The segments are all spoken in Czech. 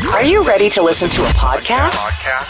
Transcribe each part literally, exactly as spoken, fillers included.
Are you ready to listen to a podcast?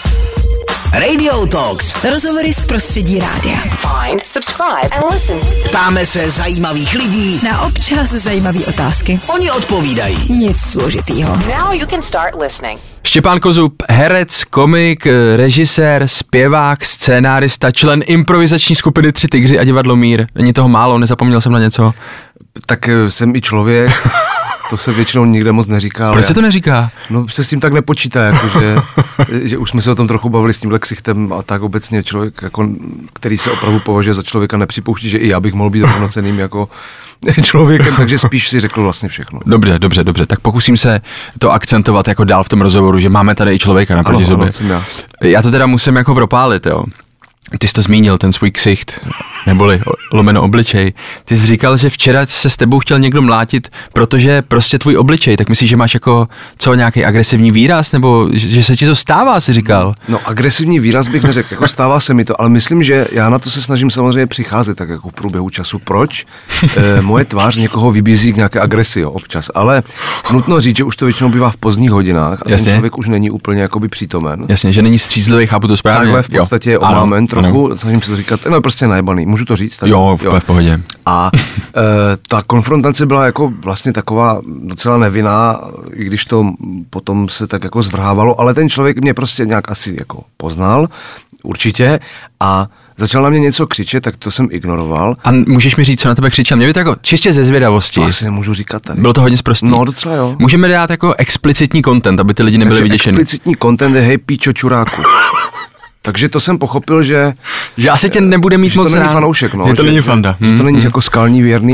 Radio Talks. Rozhovory z prostředí rádia. Find, subscribe and listen. Ptáme se zajímavých lidí. Na občas zajímavé otázky. Oni odpovídají. Nic složitýho. Now you can start listening. Štěpán Kozub, herec, komik, režisér, zpěvák, scénárista, člen improvizační skupiny Tři tygři a divadlo Mír. Není toho málo, nezapomněl jsem na něco? Tak jsem i člověk, to se většinou nikde moc neříká. Proč se to neříká? No se s tím tak nepočítá, jakože, že už jsme se o tom trochu bavili s tím lexichtem a tak obecně člověk, jako, který se opravdu považuje za člověka, nepřipouští, že i já bych mohl být rovnocenným jako člověkem, takže spíš si řekl vlastně všechno. Dobře, dobře, dobře, tak pokusím se to akcentovat jako dál v tom rozhovoru, že máme tady i člověka naproti sobě. Já. já to teda musím jako propálit, jo. Ty jsi to zmínil, ten svůj ksicht, neboli lomeno obličej. Ty jsi říkal, že včera se s tebou chtěl někdo mlátit, protože prostě tvůj obličej, tak myslíš, že máš jako co, nějaký agresivní výraz, nebo že se ti to stává, jsi říkal? No agresivní výraz bych neřekl, jako stává se mi to, ale myslím, že já na to se snažím samozřejmě přicházet tak jako v průběhu času. Proč? E, moje tvář někoho vybízí k nějaké agresi, jo, občas, ale nutno říct, že už to většinou bývá v pozdních hodinách a Jasně. ten člověk už není úplně jakoby přítomen. Jasně, že není střízlivý, chápu to správně. Takhle v podstatě je omámen trochu, ano. Snažím se to říkat, no prostě najebaný, můžu to říct? Tak, jo, v, jo, v pohodě. A e, ta konfrontace byla jako vlastně taková docela nevinná, i když to potom se tak jako zvrhávalo, ale ten člověk mě prostě nějak asi jako poznal, určitě, a začal na mě něco křičet, tak to jsem ignoroval. A můžeš mi říct, co na tebe křičel? Mě by to jako čistě ze zvědavosti. To asi nemůžu říkat tady. Bylo to hodně sprostý. No docela jo. Můžeme dát jako explicitní content, aby ty lidi nebyli vyděšení. Explicitní content je hej píčo čuráku. Takže to jsem pochopil, že... Že asi tě nebude mít že moc to není rád. fanoušek, no. Že to že, není fanda. Že, hmm. že to není jako skalní věrný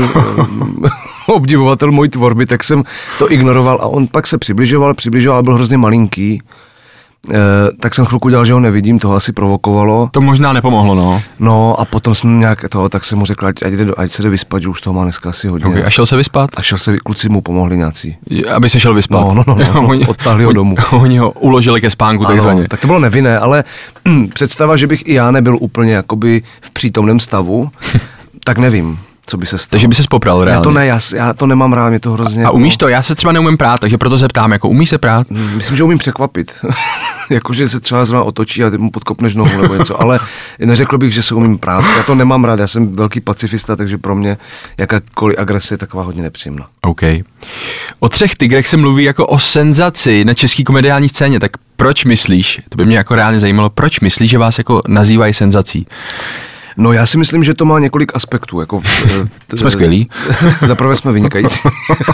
obdivovatel mojí tvorby, tak jsem to ignoroval a on pak se přibližoval, přibližoval, byl hrozně malinký. Eh, tak jsem chvilku dělal, že ho nevidím, toho asi provokovalo. To možná nepomohlo, no. No a potom jsme nějak toho, tak jsem mu řekl, ať, ať, jde, ať se jde vyspat, že už toho má dneska asi hodně. Okay, a šel se vyspat? A šel se, kluci mu pomohli nějací. Aby se šel vyspat? No, no, no, no, no odtáhli ho domů. Oni ho uložili ke spánku, takzvaně. Tak to bylo nevinné, ale představa, že bych i já nebyl úplně jakoby v přítomném stavu, tak nevím. Co by se stalo. Takže by se popral reálně. Já to ne, já, já to nemám rád, mě to hrozně... A umíš to? Já se třeba neumím prát, takže proto se ptám, jako umíš se prát? Myslím, že umím překvapit. Jakože se třeba zrovna otočí a ty mu podkopneš nohu nebo něco, ale neřekl bych, že se umím prát. Já to nemám rád, já jsem velký pacifista, takže pro mě jakákoliv agrese je taková hodně nepříjemná. OK. O Třech tygrech se mluví jako o senzaci na české komediální scéně, tak proč myslíš, to by mě jako reálně zajímalo, proč myslíš, že vás jako nazývají senzací? No já si myslím, že to má několik aspektů. Jako, jsme skvělí. Zaprvé jsme vynikající.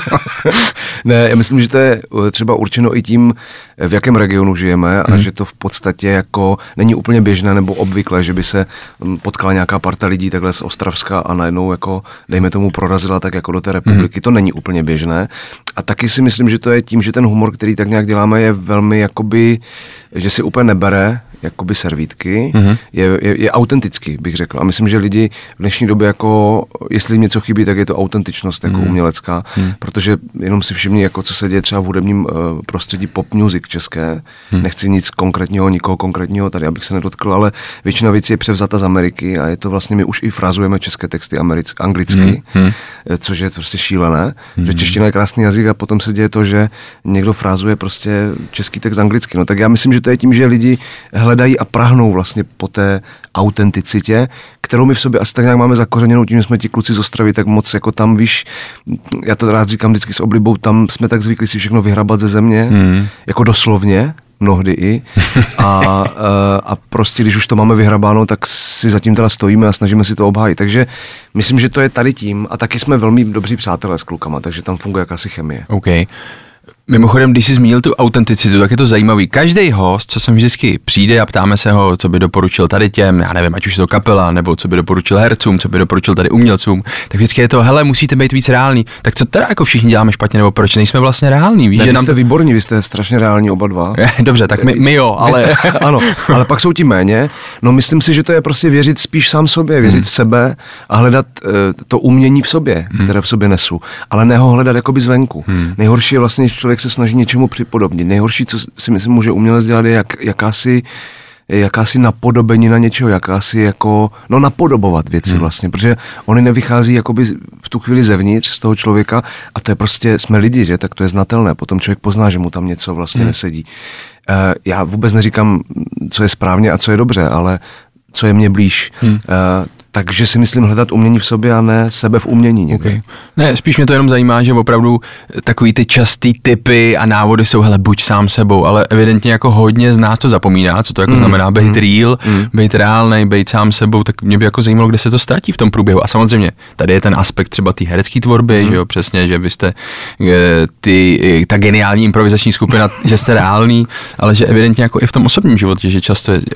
Ne, já myslím, že to je třeba určeno i tím, v jakém regionu žijeme a hmm. že to v podstatě jako není úplně běžné nebo obvyklé, že by se potkala nějaká parta lidí takhle z Ostravska a najednou jako, dejme tomu, prorazila tak jako do té republiky. Hmm. To není úplně běžné. A taky si myslím, že to je tím, že ten humor, který tak nějak děláme, je velmi jakoby, že si úplně nebere jakoby servítky, mm-hmm. je, je, je autentický, bych řekl. A myslím, že lidi v dnešní době jako, jestli jim něco chybí, tak je to autentičnost jako mm-hmm. umělecká, mm-hmm. protože jenom si všimni, jako co se děje třeba v hudebním uh, prostředí pop music české. Mm-hmm. Nechci nic konkrétního, nikoho konkrétního tady, abych se nedotkl, ale většina věcí je převzata z Ameriky a je to vlastně, my už i frázujeme české texty americk, anglicky, mm-hmm. což je prostě šílené, mm-hmm. že čeština je krásný jazyk a potom se děje to, že někdo frázuje prostě český text anglicky. No tak já myslím, že to je tím, že lidi hledají a prahnou vlastně po té autenticitě, kterou my v sobě asi tak nějak máme zakořeněnou tím, že jsme ti kluci z Ostravy, tak moc jako tam, víš, já to rád říkám vždycky s oblibou, tam jsme tak zvyklí si všechno vyhrabat ze země, hmm. jako doslovně, mnohdy i. A, a, a prostě, když už to máme vyhrabáno, tak si zatím teda stojíme a snažíme si to obhájit. Takže myslím, že to je tady tím a taky jsme velmi dobří přátelé s klukama, takže tam funguje jakási chemie. OK. Mimochodem, když jsi zmínil tu autenticitu, tak je to zajímavý. Každý host, co sem vždycky přijde a ptáme se ho, co by doporučil tady těm, já nevím, ať už je to kapela, nebo co by doporučil hercům, co by doporučil tady umělcům, tak vždycky je to, hele, musíte být víc reální. Tak co teda jako všichni děláme špatně, nebo proč nejsme vlastně reální? Víš, ne, že vy nám... jste výborní, vy jste strašně reální oba dva. Dobře, tak my, my jo, ale... Jste, ano, ale pak jsou ti méně. No myslím si, že to je prostě věřit spíš sám sobě, věřit hmm. v sebe a hledat uh, to umění v sobě, hmm. které v sobě nesu, ale ne ho hledat jakoby zvenku. Hmm. Nejhorší je vlastně, když člověk se snaží něčemu připodobnit. Nejhorší, co si myslím, může umělec dělat, je jak, jakási jakási napodobenina něčeho, jakási jako, no napodobovat věci hmm. vlastně, protože oni nevychází jakoby v tu chvíli zevnitř z toho člověka a to je prostě, jsme lidi, že, tak to je znatelné, potom člověk pozná, že mu tam něco vlastně hmm. nesedí. Uh, já vůbec neříkám, co je správně a co je dobře, ale co je mně blíž. Hmm. Uh, takže si myslím hledat umění v sobě a ne sebe v umění někde. Okay. Ne, spíš mě to jenom zajímá, že opravdu takový ty častý typy a návody jsou, hele, buď sám sebou, ale evidentně jako hodně z nás to zapomíná, co to jako mm. znamená být mm. real, mm. být reálnej, být sám sebou, tak mě by jako zajímalo, kde se to ztratí v tom průběhu. A samozřejmě, tady je ten aspekt třeba té herecké tvorby, mm. že jo, přesně, že vy jste ty, ta geniální improvizační skupina, že jste reální, ale že evidentně jako i v tom osobním životě, že často je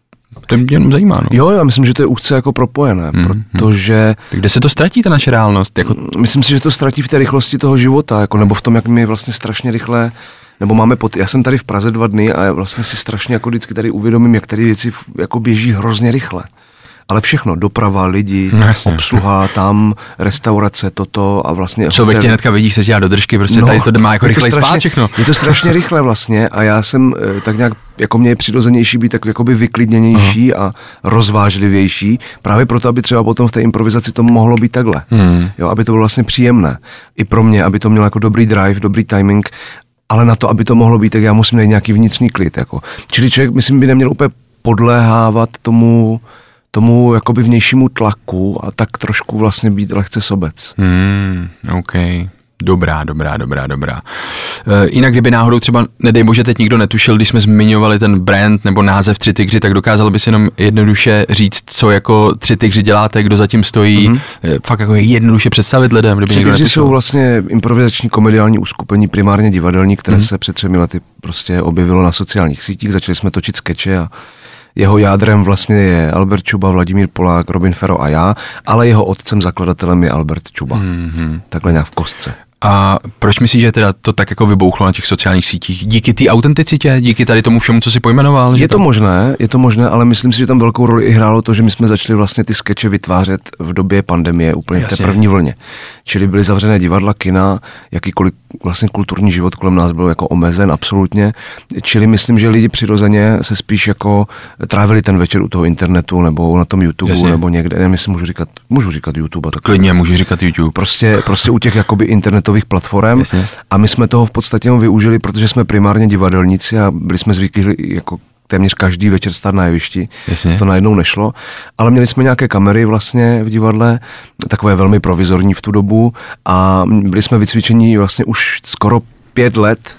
to mě jenom zajímá, no. Jo, já myslím, že to je úzce jako propojené, hmm, protože... Tak kde se to ztratí, ta naše reálnost? Jako... Myslím si, že to ztratí v té rychlosti toho života, jako, nebo v tom, jak my vlastně strašně rychle, nebo máme pot... Já jsem tady v Praze dva dny a vlastně si strašně jako vždycky tady uvědomím, jak tady věci jako běží hrozně rychle. Ale všechno, doprava, lidi, no, obsluha, tam, restaurace, toto a vlastně... Člověk tě hnedka vidí, se dělá do držky, prostě no, tady to má jako rychlej spát všechno. Je to strašně rychle vlastně a já jsem tak nějak, jako mě je přirozenější být tak jakoby vyklidněnější Aha. a rozvážlivější, právě proto, aby třeba potom v té improvizaci to mohlo být takhle. Hmm. Jo, aby to bylo vlastně příjemné. I pro mě, aby to mělo jako dobrý drive, dobrý timing, ale na to, aby to mohlo být, tak já musím najít nějaký vnitřní klid. Jako. Čili člověk, myslím, by neměl úplně podléhávat tomu tomu jakoby vnějšímu tlaku a tak trošku vlastně být lehce sobec. Hmm, OK. Dobrá, dobrá, dobrá, dobrá. E, jinak kdyby náhodou třeba, nedej bože, teď nikdo netušil, když jsme zmiňovali ten brand nebo název Tři tygři, tak dokázal bys jenom jednoduše říct, co jako Tři tygři děláte, kdo zatím stojí, mm-hmm. e, fakt jako jednoduše představit lidem, kdyby Tři někdo tygři netušil. jsou vlastně improvizační komediální uskupení, primárně divadelní, které mm-hmm. se před třemi lety prostě objevilo na sociálních sítích, začali jsme točit skeče a jeho jádrem vlastně je Albert Čuba, Vladimír Polák, Robin Fero a já, ale jeho otcem, zakladatelem je Albert Čuba. Mm-hmm. Takhle nějak v kostce. A proč myslíš, že teda to tak jako vybouchlo na těch sociálních sítích? Díky té autenticitě? Díky tady tomu všemu, co si pojmenoval? Je to tam... možné, je to možné, ale myslím si, že tam velkou roli i hrálo to, že my jsme začali vlastně ty skeče vytvářet v době pandemie, úplně Jasně. v té první vlně. Čili byly zavřené divadla, kina, jakýkoliv vlastně kulturní život kolem nás byl jako omezen absolutně. Čili myslím, že lidi přirozeně se spíš jako trávili ten večer u toho internetu nebo na tom YouTube Jasně. nebo někde, nevím, jestli můžu říkat, můžu říkat YouTube. Tak Klidně můžu říkat YouTube. Prostě, prostě u těch jakoby internetových platform Jasně. a my jsme toho v podstatě využili, protože jsme primárně divadelníci a byli jsme zvyklí jako téměř každý večer stát na jevišti. Jasně. To najednou nešlo, ale měli jsme nějaké kamery vlastně v divadle, takové velmi provizorní v tu dobu a byli jsme vycvičení vlastně už skoro pět let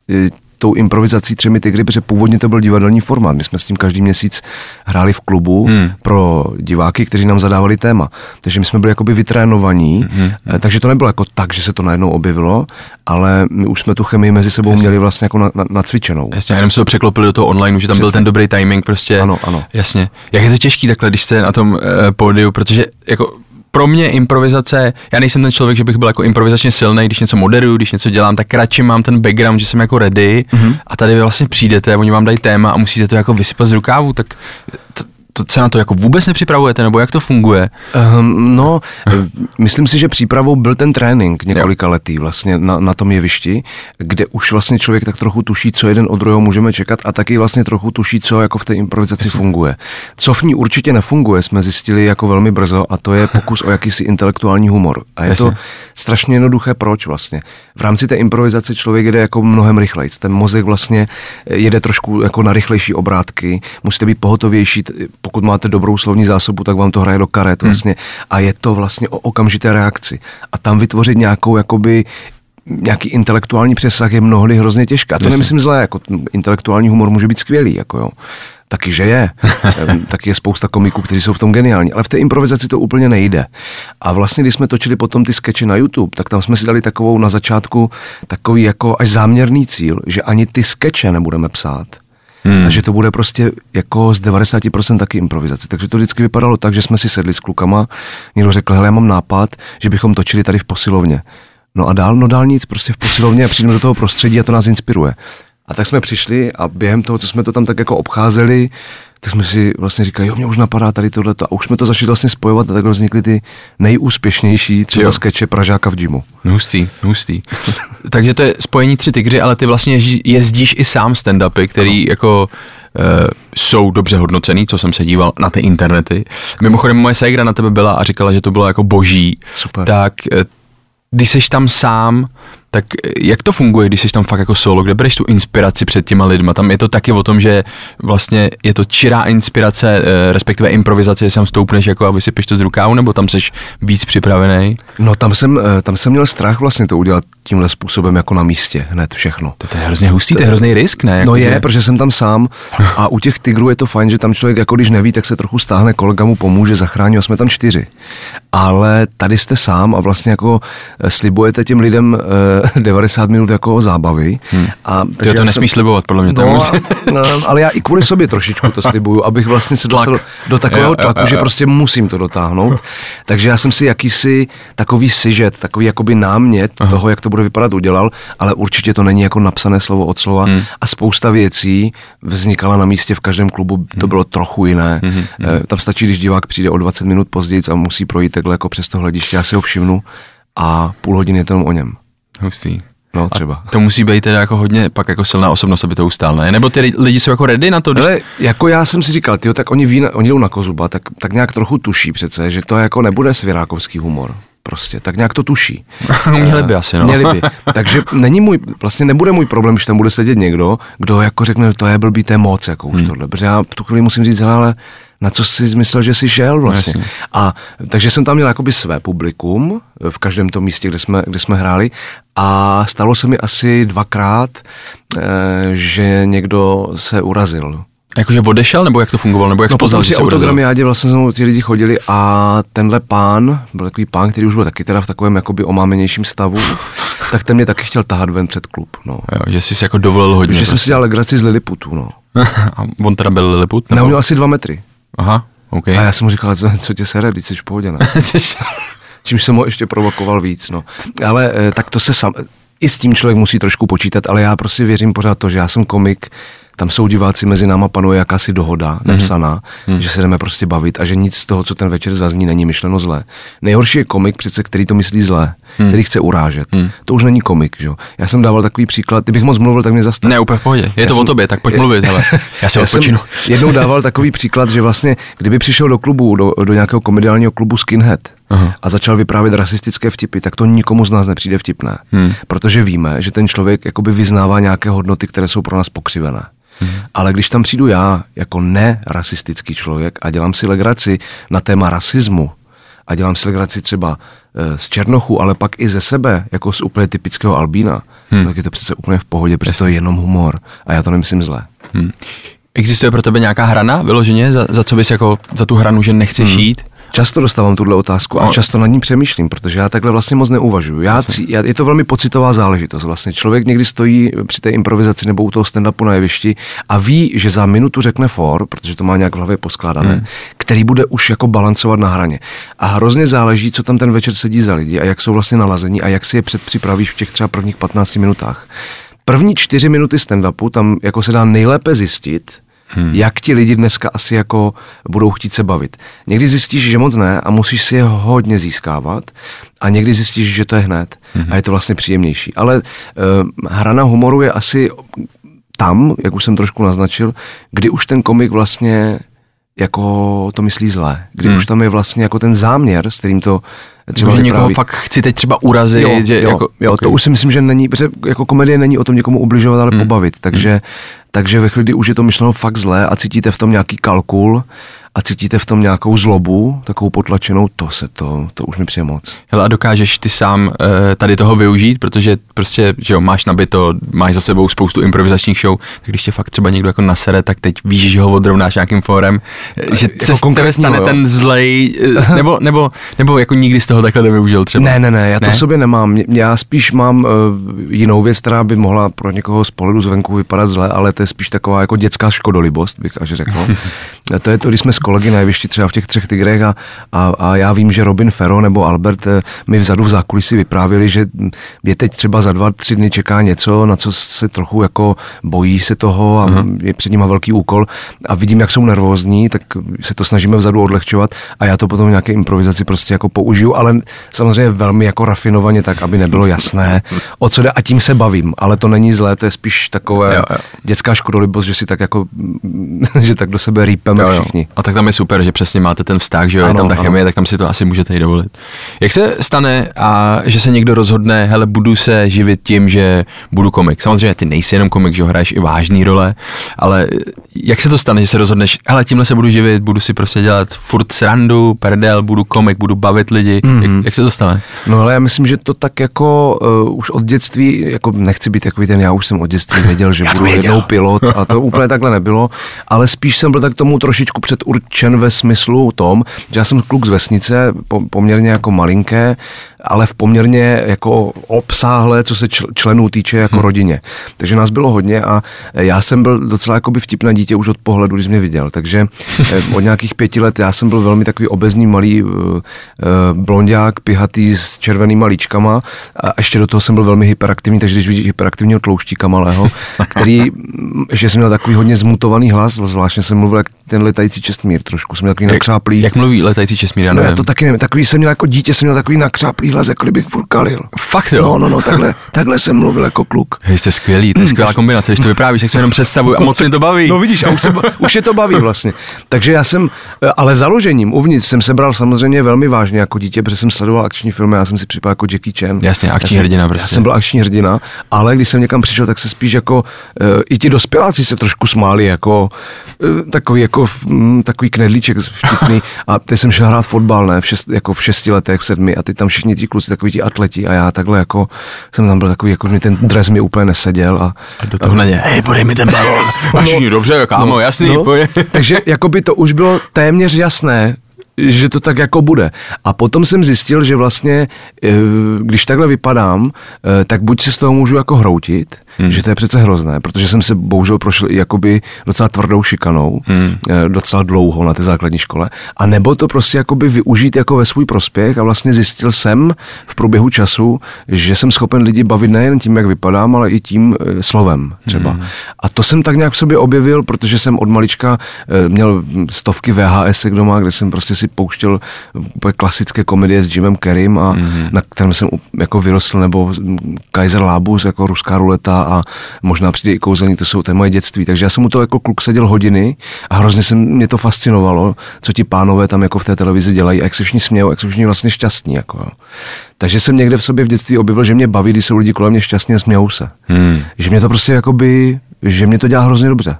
tou improvizací Třemi tygry, protože původně to byl divadelní formát. My jsme s tím každý měsíc hráli v klubu hmm. pro diváky, kteří nám zadávali téma. Takže my jsme byli jakoby vytrénovaní, hmm. takže to nebylo jako tak, že se to najednou objevilo, ale my už jsme tu chemii mezi sebou Jasně. měli vlastně jako na, na, nacvičenou. Jasně, jenom se to překlopili do toho online, že tam Přesně. byl ten dobrý timing prostě. Ano, ano. Jasně. Jak je to těžký takhle, když jste na tom eh, pódiu, protože jako pro mě improvizace, já nejsem ten člověk, že bych byl jako improvizačně silný, když něco moderuju, když něco dělám, tak radši mám ten background, že jsem jako ready mm-hmm. a tady vy vlastně přijdete, oni vám dají téma a musíte to jako vysypat z rukávu, tak to, to se na to jako vůbec nepřipravujete, nebo jak to funguje? Um, no, myslím si, že přípravou byl ten trénink několika letý vlastně na, na tom jevišti, kde už vlastně člověk tak trochu tuší, co jeden od druhého můžeme čekat a taky vlastně trochu tuší, co jako v té improvizaci Jasně. funguje. Co v ní určitě nefunguje, jsme zjistili jako velmi brzo a to je pokus o jakýsi intelektuální humor. A je Jasně. to strašně jednoduché, proč vlastně. V rámci té improvizace člověk jede jako mnohem rychlejc. Ten mozek vlastně jede trošku jako na rychlejší obrátky, musíte být pohotovější. Pokud máte dobrou slovní zásobu, tak vám to hraje do karet vlastně hmm. a je to vlastně o okamžité reakci. A tam vytvořit nějakou jakoby nějaký intelektuální přesah je mnohdy hrozně těžké. A to Jasně. nemyslím zlé, jako intelektuální humor může být skvělý, jako jo. Taky, že je. Taky je spousta komiků, kteří jsou v tom geniální. Ale v té improvizaci to úplně nejde. A vlastně, když jsme točili potom ty skeče na YouTube, tak tam jsme si dali takovou na začátku takový jako až záměrný cíl, že ani ty skeče nebudeme psát. Hmm. A že to bude prostě jako z devadesát procent taky improvizace. Takže to vždycky vypadalo tak, že jsme si sedli s klukama, někdo řekl, hele, já mám nápad, že bychom točili tady v posilovně. No a dál, no dál nic, prostě v posilovně a přijdeme do toho prostředí a to nás inspiruje. A tak jsme přišli a během toho, co jsme to tam tak jako obcházeli, tak jsme si vlastně říkali, jo, mě už napadá tady tohleto. A už jsme to začali vlastně spojovat a takhle vznikly ty nejúspěšnější třeba skeče Pražáka v gymu. Hustý, hustý. Takže to je spojení Tři tygři, ale ty vlastně jezdíš i sám stand-upy, který ano. jako jsou dobře hodnocený, co jsem se díval na ty internety. Mimochodem moje ségra na tebe byla a říkala, že to bylo jako boží. Super. Tak když seš tam sám, tak jak to funguje, když jsi tam fakt jako solo, kde bereš tu inspiraci před těma lidma? Tam je to taky o tom, že vlastně je to čirá inspirace, respektive improvizace, jestli tam stoupneš jako a vysypeš to z rukávu, nebo tam seš víc připravený? No tam jsem, tam jsem měl strach vlastně to udělat tímhle způsobem jako na místě, hned všechno. To, to je hrozně hustý, to je hrozný risk, ne? Jako no je, je, protože jsem tam sám a u těch tigrů je to fajn, že tam člověk jako když neví, tak se trochu stáhne, kolega mu pomůže, zachrání, a jsme tam čtyři. Ale tady jste sám a vlastně jako slibujete těm lidem eh, devadesát minut jako zábavy. Hmm. A, takže to nesmíš jsem... slibovat, podle mě. No, a, no, ale já i kvůli sobě trošičku to slibuju, abych vlastně se dostal do takového tlaku, jo, jo, jo. že prostě musím to dotáhnout. Takže já jsem si jakýsi takový sižet, takový jakoby námět Aha. toho, jak to bude vypadat, udělal, ale určitě to není jako napsané slovo od slova hmm. a spousta věcí vznikala na místě v každém klubu, hmm. to bylo trochu jiné. Hmm. Hmm. Tam stačí, když divák přijde o dvacet minut později a musí projít takhle jako přes to hlediště, já si ho všimnu a půl hodiny je to jenom o něm. Hustý. No třeba. A to musí být teda jako hodně pak jako silná osobnost, aby to ustál, ne? Nebo ty lidi jsou jako ready na to? Když... Ale jako já jsem si říkal, tyjo, tak oni, ví, oni jdou na Kozuba, tak, tak nějak trochu tuší přece, že to jako nebude svěrákovský humor. Prostě, tak nějak to tuší. Měli by asi, no. Měli by. Takže není můj, vlastně nebude můj problém, když tam bude sedět někdo, kdo jako řekne, to je blbý, to je moc, jako už hmm. tohle. Protože já v tu chvíli musím říct, ale na co jsi myslel, že jsi šel vlastně. Jasně. A takže jsem tam měl jakoby své publikum v každém tom místě, kde jsme, kde jsme hráli a stalo se mi asi dvakrát, eh, že někdo se urazil. Jakože odešel, nebo jak to fungovalo, nebo jak no, poznal, že se urazil? Autogramiádě vlastně se mnou ti lidi chodili a tenhle pán, byl takový pán, který už byl taky teda v takovém jakoby omámenějším stavu, tak ten mě taky chtěl tahat ven před klub, no. Jo, že jsi si jako dovolil hodně. Že prostě. Jsem si dělal legraci z Liliputu, no. A on teda byl Liliput? Ne, on měl asi dva metry. Aha, ok. A já jsem mu říkal, co, co tě sere, když jsi v pohodě, ne? Čímž jsem ho ještě provokoval víc, no. Ale tak to se sam, i s tím člověk musí trošku počítat, ale já prostě věřím pořád to, že já jsem komik, tam jsou diváci, mezi náma panuje jakási dohoda, nepsaná, mm-hmm. že se jdeme prostě bavit a že nic z toho, co ten večer zazní, není myšleno zlé. Nejhorší je komik přece, který to myslí zlé, mm. který chce urážet. Mm. To už není komik, že jo. Já jsem dával takový příklad, kdybych moc mluvil, tak mě zastav. Ne, úplně v pohodě. Je já to jsem, o tobě, tak pojď mluvit, hele. Já se odpočinu. Jednou dával takový příklad, že vlastně, kdyby přišel do klubu, do, do nějakého komediálního klubu Skinhead, aha. a začal vyprávět rasistické vtipy, tak to nikomu z nás nepřijde vtipné. Hmm. Protože víme, že ten člověk jakoby vyznává nějaké hodnoty, které jsou pro nás pokřivené. Hmm. Ale když tam přijdu já jako nerasistický člověk a dělám si legraci na téma rasismu a dělám si legraci třeba e, z Černochů, ale pak i ze sebe, jako z úplně typického Albína, hmm. tak je to přece úplně v pohodě, protože to je jenom humor a já to nemyslím zle. Hmm. Existuje pro tebe nějaká hrana vyloženě, za, za co bys jako, za tu hranu, že nechceš hmm. jít? Často dostávám tuhle otázku a často nad ní přemýšlím, protože já takhle vlastně moc neuvažuju. Já, já, je to velmi pocitová záležitost vlastně. Člověk někdy stojí při té improvizaci nebo u toho stand-upu na jevišti a ví, že za minutu řekne for, protože to má nějak v hlavě poskládané, hmm. který bude už jako balancovat na hraně. A hrozně záleží, co tam ten večer sedí za lidi a jak jsou vlastně nalazení a jak si je předpřipravíš v těch třeba prvních patnácti minutách. První čtyři minuty stand-upu tam jako se dá nejlépe zjistit, Hmm. jak ti lidi dneska asi jako budou chtít se bavit. Někdy zjistíš, že moc ne a musíš si je hodně získávat a někdy zjistíš, že to je hned hmm. a je to vlastně příjemnější. Ale uh, hrana humoru je asi tam, jak už jsem trošku naznačil, kdy už ten komik vlastně jako to myslí zlé. Kdy hmm. už tam je vlastně jako ten záměr, s kterým to třeba vypráví. Někoho fakt chci teď třeba urazit. Jo, že jo, jako, jo okay. To už si myslím, že není, protože jako komedie není o tom někomu ubližovat, ale hmm. pobavit. Takže, hmm. takže ve chvíli, kdy už je to myšleno fakt zlé a cítíte v tom nějaký kalkul a cítíte v tom nějakou zlobu, takovou potlačenou, to se to, to už mi přijde moc. Hele, a dokážeš ty sám e, tady toho využít, protože prostě, že jo, máš nabito, máš za sebou spoustu improvizačních show, tak když tě fakt třeba někdo jako nasere, tak teď víš, že ho odrovnáš nějakým fórem, že jako se z tebe stane jo. ten zlej, nebo, nebo, nebo jako nikdy z toho takhle nevyužil třeba. Ne, ne, ne, já to ne? v sobě nemám. Já spíš mám uh, jinou věc, která by mohla pro někoho z pohledu zvenku vypadat zle, ale to je spíš taková jako dětská škodolibost, bych až řekl. To je to, když jsme s kolegy na jevišti třeba v těch Třech tygrech a, a, a já vím, že Robin Ferro nebo Albert mi vzadu v zákulisí vyprávěli, že je teď třeba za dva, tři dny čeká něco, na co se trochu jako bojí se toho a uh-huh. je před nima velký úkol a vidím, jak jsou nervózní, tak se to snažíme vzadu odlehčovat a já to potom v nějaké improvizaci prostě jako použiju, ale samozřejmě velmi jako rafinovaně tak, aby nebylo jasné, o co jde a tím se bavím, ale to není zlé, to je spíš takové jo, jo. dětská škodolibost, že si tak jako, že tak do sebe rýpeme jo, jo. všichni. A tak tam je super, že přesně máte ten vztah, že jo, ano, je tam ta chemie, tak tam si to asi můžete i dovolit. Jak se stane, a že se někdo rozhodne, hele, budu se živit tím, že budu komik. Samozřejmě ty nejsi jenom komik, že ho hraješ i vážný role, ale jak se to stane, že se rozhodneš, hele, tímhle se budu živit, budu si prostě dělat furt srandu, perdel, budu komik, budu bavit lidi. Mm-hmm. Jak, jak se to stane? No ale já myslím, že to tak jako uh, už od dětství, jako nechci být takový ten, já už jsem od dětství věděl, že budu věděl. jednou pilot, a to úplně takhle nebylo, ale spíš jsem byl tak tomu trošičku předurčen ve smyslu tom, že já jsem kluk z vesnice, po, poměrně jako malinké, ale v poměrně jako obsáhlé, co se čl- členů týče jako hmm. rodině. Takže nás bylo hodně a já jsem byl docela jakoby vtipné dítě už od pohledu, když mě viděl. Takže od nějakých pěti let já jsem byl velmi takový obezný malý uh, uh, blonďák, pihatý s červenýma líčkama a ještě do toho jsem byl velmi hyperaktivní, takže když vidíš hyperaktivního tlouštíka malého, který, ještě jsem měl takový hodně zmutovaný hlas, zvláštně jsem mluvil jak ten letající Čestmír trošku, jsem měl takový nakřáplý. Jak mluví letající Čestmír? Já no já to taky nevím, takový jsem měl jako dítě, jsem měl takový nakřáplý hlas, jako kdybych furkalil. Fakt jo? No, no, no, takhle, takhle jsem mluvil jako kluk. Hej, jste skvělý, to je skvělá kombinace, když to vyprávíš, jak se jenom představuji a moc mě to baví. No vidíš, a už, se, už je to baví vlastně. Takže já jsem, ale založením uvnitř jsem se bral samozřejmě velmi vážně jako dítě, protože jsem sledoval akční filmy, já jsem si připadal jako Jackie Chan. Jasně, akční já jsem, hrdina prostě. Já jsem byl akční hrdina, ale když jsem někam přišel, tak se spíš jako, uh, i ti dospěláci se trošku smáli, jako uh, takový, jako, um, takový knedlíček vtipný. A teď jsem šel hrát fotbal, ne, v, šest, jako v šesti letech, v sedmi, a ty tam všichni ti kluci, takový ti atleti, a já takhle jako, jsem tam byl takový, jako mi ten dres mi úplně neseděl. A, a do toho na ně, hej, podej mi ten balón. A všichni, dobře, kámo, no, jasný, no, takže jakoby to už bylo téměř jasné, že to tak jako bude. A potom jsem zjistil, že vlastně, když takhle vypadám, tak buď se z toho můžu jako hroutit, hmm. že to je přece hrozné, protože jsem se bohužel prošel i jakoby docela tvrdou šikanou, hmm. docela dlouho na té základní škole, a nebo to prostě jakoby využít jako ve svůj prospěch a vlastně zjistil jsem v průběhu času, že jsem schopen lidi bavit nejen tím, jak vypadám, ale i tím slovem třeba. Hmm. A to jsem tak nějak v sobě objevil, protože jsem od malička měl stovky V H S doma, kde jsem prostě si pouštěl úplně klasické komedie s Jimem Carreym a mm-hmm. na kterém jsem jako vyrostl, nebo Kaiser Labus, jako Ruská ruleta a možná přijde i Kouzelník, to jsou to je moje dětství. Takže já jsem mu to jako kluk seděl hodiny a hrozně se mě to fascinovalo, co ti pánové tam jako v té televizi dělají, jak se všichni smějou, jak jsou všichni vlastně šťastní. Jako, jo. Takže jsem někde v sobě v dětství objevil, že mě baví, když jsou lidi kolem mě šťastní a smějou se. Mm. Že mě to prostě jakoby, že mě to dělá hrozně dobře.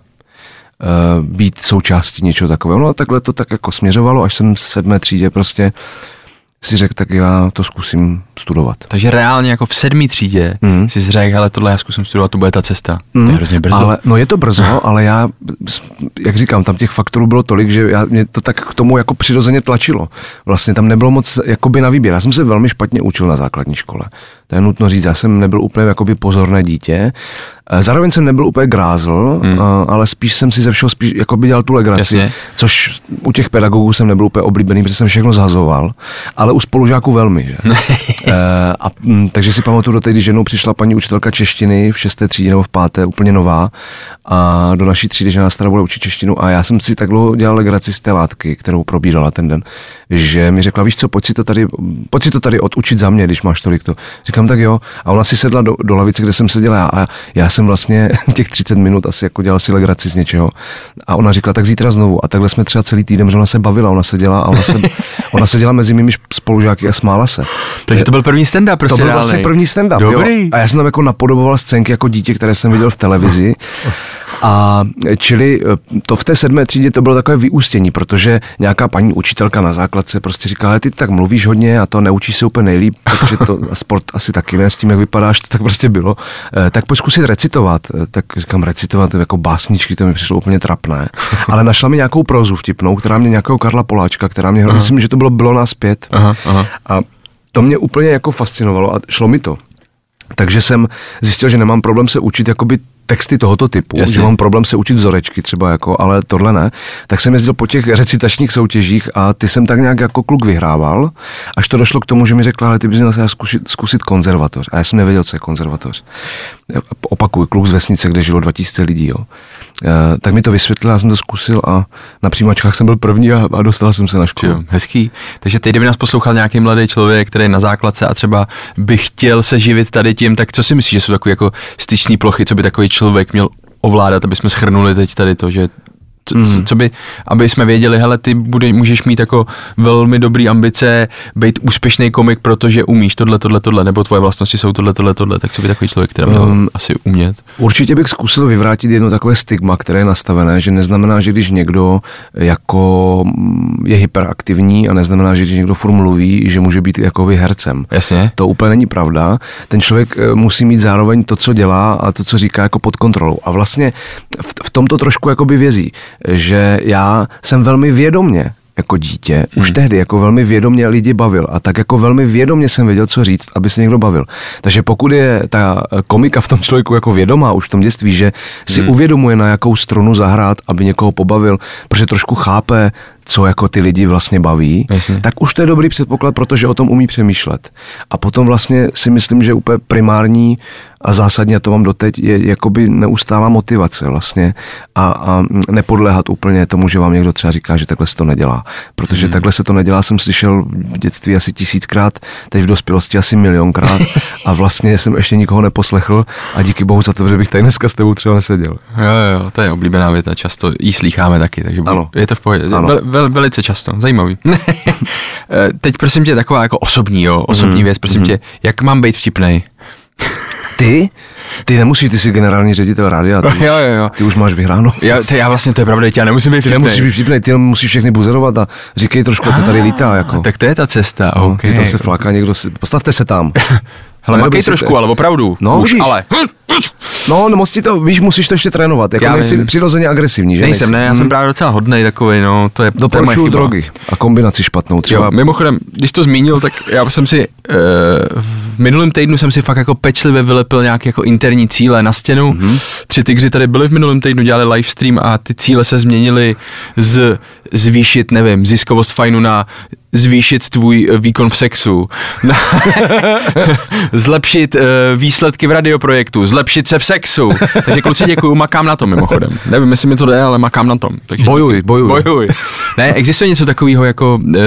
Uh, být součástí něčeho takového. No a takhle to tak jako směřovalo, až jsem v sedmé třídě prostě si řekl, tak já to zkusím studovat. Takže reálně jako v sedmé třídě mm. si řekl, hele, tohle já zkusím studovat, to bude ta cesta. Mm. To je hrozně brzo. Ale, no je to brzo, ale já, jak říkám, tam těch faktorů bylo tolik, že já, mě to tak k tomu jako přirozeně tlačilo. Vlastně tam nebylo moc jakoby na výběr. Já jsem se velmi špatně učil na základní škole. To je nutno říct, já jsem nebyl úplně jakoby pozorné dítě. Zároveň jsem nebyl úplně grázl, hmm. ale spíš jsem si ze všeho spíš jakoby dělal tu legraci, Jasně. což u těch pedagogů jsem nebyl úplně oblíbený, protože jsem všechno zhazoval, ale u spolužáků velmi. Že? e, a, m, takže si pamatuju do té, když jednou přišla paní učitelka češtiny v šesté třídě nebo v páté, úplně nová, a do naší třídy, že nás teda bude učit češtinu, a já jsem si tak dlouho dělal legraci z té látky, kterou probírala ten den, že mi řekla, víš co, pojď si to tady, pojď si to tady odučit za mě, když máš tolik to. Říkám, tak jo. A ona si sedla do, do lavice, kde jsem seděl já, a já jsem vlastně těch třicet minut asi jako dělal si legraci z něčeho. A ona říkala, tak zítra znovu. A takhle jsme třeba celý týden, že ona se bavila, ona seděla a ona se, ona seděla mezi mými spolužáky a smála se. Takže to byl první stand-up prostě. To byl vlastně první stand-up, Dobrý. Jo. A já jsem tam jako napodoboval scénky jako dítě, které jsem viděl v televizi. A čili to v té sedmé třídě to bylo takové vyústění, protože nějaká paní učitelka na základce prostě říká, ale ty tak mluvíš hodně a to neučíš se úplně nejlíp, takže to sport asi taky ne, s tím, jak vypadáš, to tak prostě bylo. Tak pojď zkusit recitovat. Tak říkám, recitovat jako básničky, to mi přišlo úplně trapné. Ale našla mi nějakou prózu vtipnou, která mě nějakého Karla Poláčka, která mě, aha. myslím, že to bylo Bylo nás pět. Aha, aha. A to mě úplně jako fascinovalo a šlo mi to. Takže jsem zjistil, že nemám problém se učit jakoby texty tohoto typu, Jasně. že mám problém se učit vzorečky třeba jako, ale tohle ne, tak jsem jezdil po těch recitačních soutěžích a ty jsem tak nějak jako kluk vyhrával, až to došlo k tomu, že mi řekla, ale ty bys měl zkusit, zkusit konzervatoř. A já jsem nevěděl, co je konzervatoř. Opakuju, kluk z vesnice, kde žilo dva tisíce lidí, jo. E, tak mi to vysvětlil, já jsem to zkusil a na přijímačkách jsem byl první a, a dostal jsem se na školu. Jo, hezký. Takže teď, kdyby nás poslouchal nějaký mladý člověk, který je na základce a třeba by chtěl se živit tady tím, tak co si myslíš, že jsou takové jako styční plochy, co by takový člověk měl ovládat, aby jsme shrnuli teď tady to, že co, mm. co by, aby jsme věděli, hele, ty bude, můžeš mít jako velmi dobrý ambice, být úspěšný komik, protože umíš tohle, tohle, tohle, nebo tvoje vlastnosti jsou tohle, tohle, tohle, tak co by takový člověk, který měl um, asi umět? Určitě bych zkusil vyvrátit jedno takové stigma, které je nastavené, že neznamená, že když někdo jako je hyperaktivní a neznamená, že když někdo furt mluví, že může být jako hercem. Jasně. To úplně není pravda. Ten člověk musí mít zároveň to, co dělá a to, co říká, jako pod kontrolou. A vlastně v, v tomto trošku jakoby vězí, že já jsem velmi vědomně jako dítě, hmm. už tehdy jako velmi vědomně lidi bavil a tak jako velmi vědomně jsem věděl, co říct, aby se někdo bavil. Takže pokud je ta komika v tom člověku jako vědomá už v tom dětství, že si hmm. uvědomuje, na jakou strunu zahrát, aby někoho pobavil, protože trošku chápe, co jako ty lidi vlastně baví, Jasně. tak už to je dobrý předpoklad, protože o tom umí přemýšlet. A potom vlastně si myslím, že úplně primární a zásadně, a to mám doteď, je jakoby neustálá motivace vlastně a, a nepodléhat úplně tomu, že vám někdo třeba říká, že takhle se to nedělá. Protože hmm. takhle se to nedělá, jsem slyšel v dětství asi tisíckrát, teď v dospělosti asi milionkrát a vlastně jsem ještě nikoho neposlechl a díky bohu za to, že bych tady dneska s tebou třeba neseděl. Jo, jo, to je oblíbená věta, často jí slýcháme taky, takže ano. Je to v pohodě. Vel, vel, velice často, zajímavý. Teď prosím tě taková jako osobní, jo, osobní mm, věc, prosím mm. tě, jak mám být vtipnej? Ty? Ty nemusíš, ty jsi generální ředitel rádia, ty, jo, jo, jo. ty už máš vyhráno. Já, ty, já vlastně, to je pravda, já nemusím být vtipnej. Ty nemusíš být vtipnej, ty musíš všechny buzerovat a říkej trošku, to tady lítá. Jako. Tak to je ta cesta, no, okay. Tam se fláká někdo, si, postavte se tam. Hele, makej trošku, te... ale opravdu, no, už, víš, ale. No, no, moc ti to, víš, musíš to ještě trénovat, jako nejsi přirozeně agresivní, že? Nejsem, ne, já hmm. jsem právě docela hodnej takovej, no, to je doporučuju drogy a kombinaci špatnou, třeba. Jo, mimochodem, když to zmínil, tak já jsem si, uh, v minulém týdnu jsem si fakt jako pečlivě vylepil nějaké jako interní cíle na stěnu, mm-hmm. Tři tygři tady byli v minulém týdnu, dělali livestream a ty cíle se změnily z zvýšit, nevím, ziskovost fajnu na zvýšit tvůj výkon v sexu, na zlepšit uh, výsledky v radioprojektu, zlepšit se v sexu. Takže kluci děkuju, makám na tom mimochodem. Nevím, jestli mi to jde, ale makám na tom. Takže bojuj, bojuj. bojuj. Ne, existuje něco takového jako uh,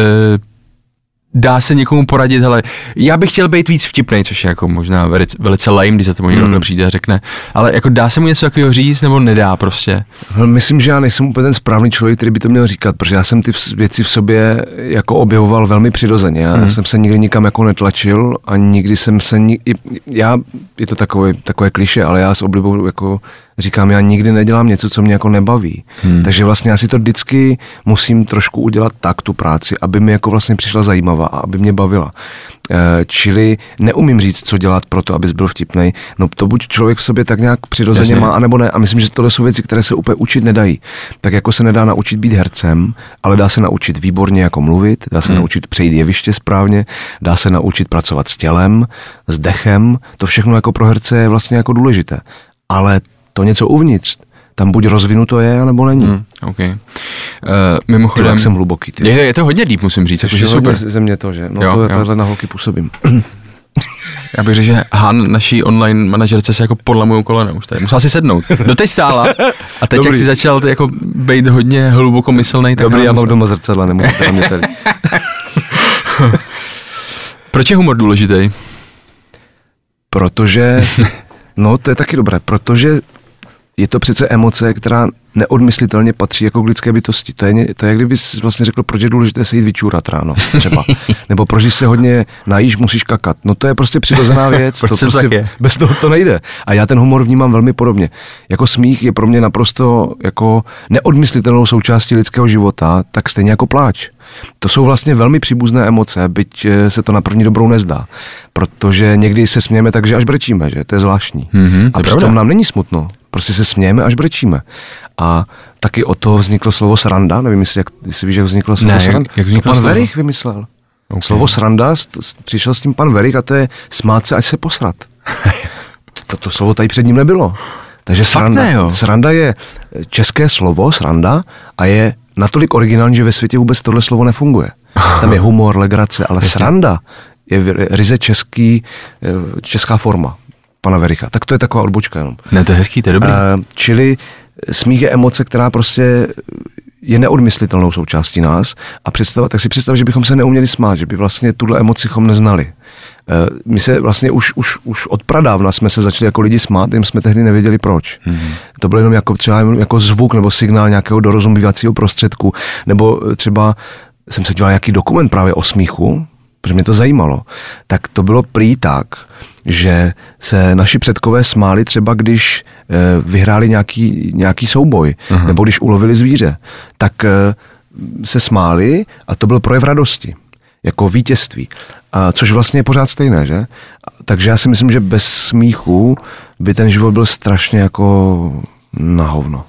dá se někomu poradit, hele, já bych chtěl být víc vtipnej, což je jako možná velice, velice lame, když za to někdo hmm. přijde a řekne, ale jako dá se mu něco takového říct, nebo nedá prostě? Myslím, že já nejsem úplně ten správný člověk, který by to měl říkat, protože já jsem ty věci v sobě jako objevoval velmi přirozeně. Já hmm. jsem se nikdy nikam jako netlačil a nikdy jsem se, ni- já, je to takové, takové kliše, ale já s oblibou jako říkám, já nikdy nedělám něco, co mě jako nebaví. Hmm. Takže vlastně já si to vždycky musím trošku udělat tak, tu práci, aby mi jako vlastně přišla zajímavá a aby mě bavila. E, čili neumím říct, co dělat pro to, abys byl vtipnej. No to buď člověk v sobě tak nějak přirozeně Jasně. má, anebo ne. A myslím, že tohle jsou věci, které se úplně učit nedají. Tak jako se nedá naučit být hercem, ale dá se naučit výborně jako mluvit, dá se hmm. naučit přejít jeviště správně, dá se naučit pracovat s tělem, s dechem. To všechno jako pro herce je vlastně jako důležité. Ale to něco uvnitř, tam buď rozvinuto je, anebo není. Hmm, okay. uh, mimochodem... To jsem hluboký. Ty. Je, je to hodně deep, musím říct. Je super. Ze mě to, že? No jo, to je takhle na holky působím. Já bych řekl, že Han, naší online manažerce, se jako podlamují kolena už tady. Musela si sednout. Doteď stála a teď, Dobrý. jak si začal ty jako být hodně hlubokomyslnej. Dobrý, já mám doma zrcadla, nemůžu to mě tady. Proč je humor důležitý? Protože... No, to je taky dobré, protože je to přece emoce, která neodmyslitelně patří jako k lidské bytosti. To je, to je, jak kdybys vlastně řekl, proč je důležité se jít vyčůrat ráno, třeba. Nebo proč, když se hodně najíš, musíš kakat. No to je prostě přirozená věc. to prostě, bez toho to nejde. A já ten humor vnímám velmi podobně. Jako smích je pro mě naprosto jako neodmyslitelnou součástí lidského života, tak stejně jako pláč. To jsou vlastně velmi příbuzné emoce, byť se to na první dobrou nezdá. Protože někdy se smějeme tak, že až brečíme, že? To je zvláštní. Mm-hmm, a přitom nám není smutno. Prostě se smějeme, až brečíme. A taky od toho vzniklo slovo sranda, nevím, jestli, jak, jestli víš, jak vzniklo slovo ne, sranda. Jak vzniklo to pan slovo? Verich vymyslel. Okay. Slovo sranda, přišel s tím pan Verich a to je smát se, až se posrat. to, to slovo tady před ním nebylo. Takže sranda, ne, jo. sranda je české slovo, sranda, a je natolik originální, že ve světě vůbec tohle slovo nefunguje. Tam je humor, legrace, ale Jasně. sranda je ryze český, česká forma pana Vericha. Tak to je taková odbočka jenom. Ne, to je hezký, to je dobrý. Uh, čili smích je emoce, která prostě je neodmyslitelnou součástí nás a představa, tak si představ, že bychom se neuměli smát, že by vlastně tuhle emoci chom neznali. My se vlastně už, už, už od pradávna jsme se začali jako lidi smát, jim jsme tehdy nevěděli proč. Mm-hmm. To bylo jenom jako třeba jako zvuk nebo signál nějakého dorozumívacího prostředku, nebo třeba jsem se díval nějaký dokument právě o smíchu, protože mě to zajímalo, tak to bylo prý tak, že se naši předkové smáli třeba, když e, vyhráli nějaký, nějaký souboj, uh-huh. nebo když ulovili zvíře, tak e, se smáli a to byl projev radosti, jako vítězství. A což vlastně je pořád stejné, že? Takže já si myslím, že bez smíchu by ten život byl strašně jako na hovno.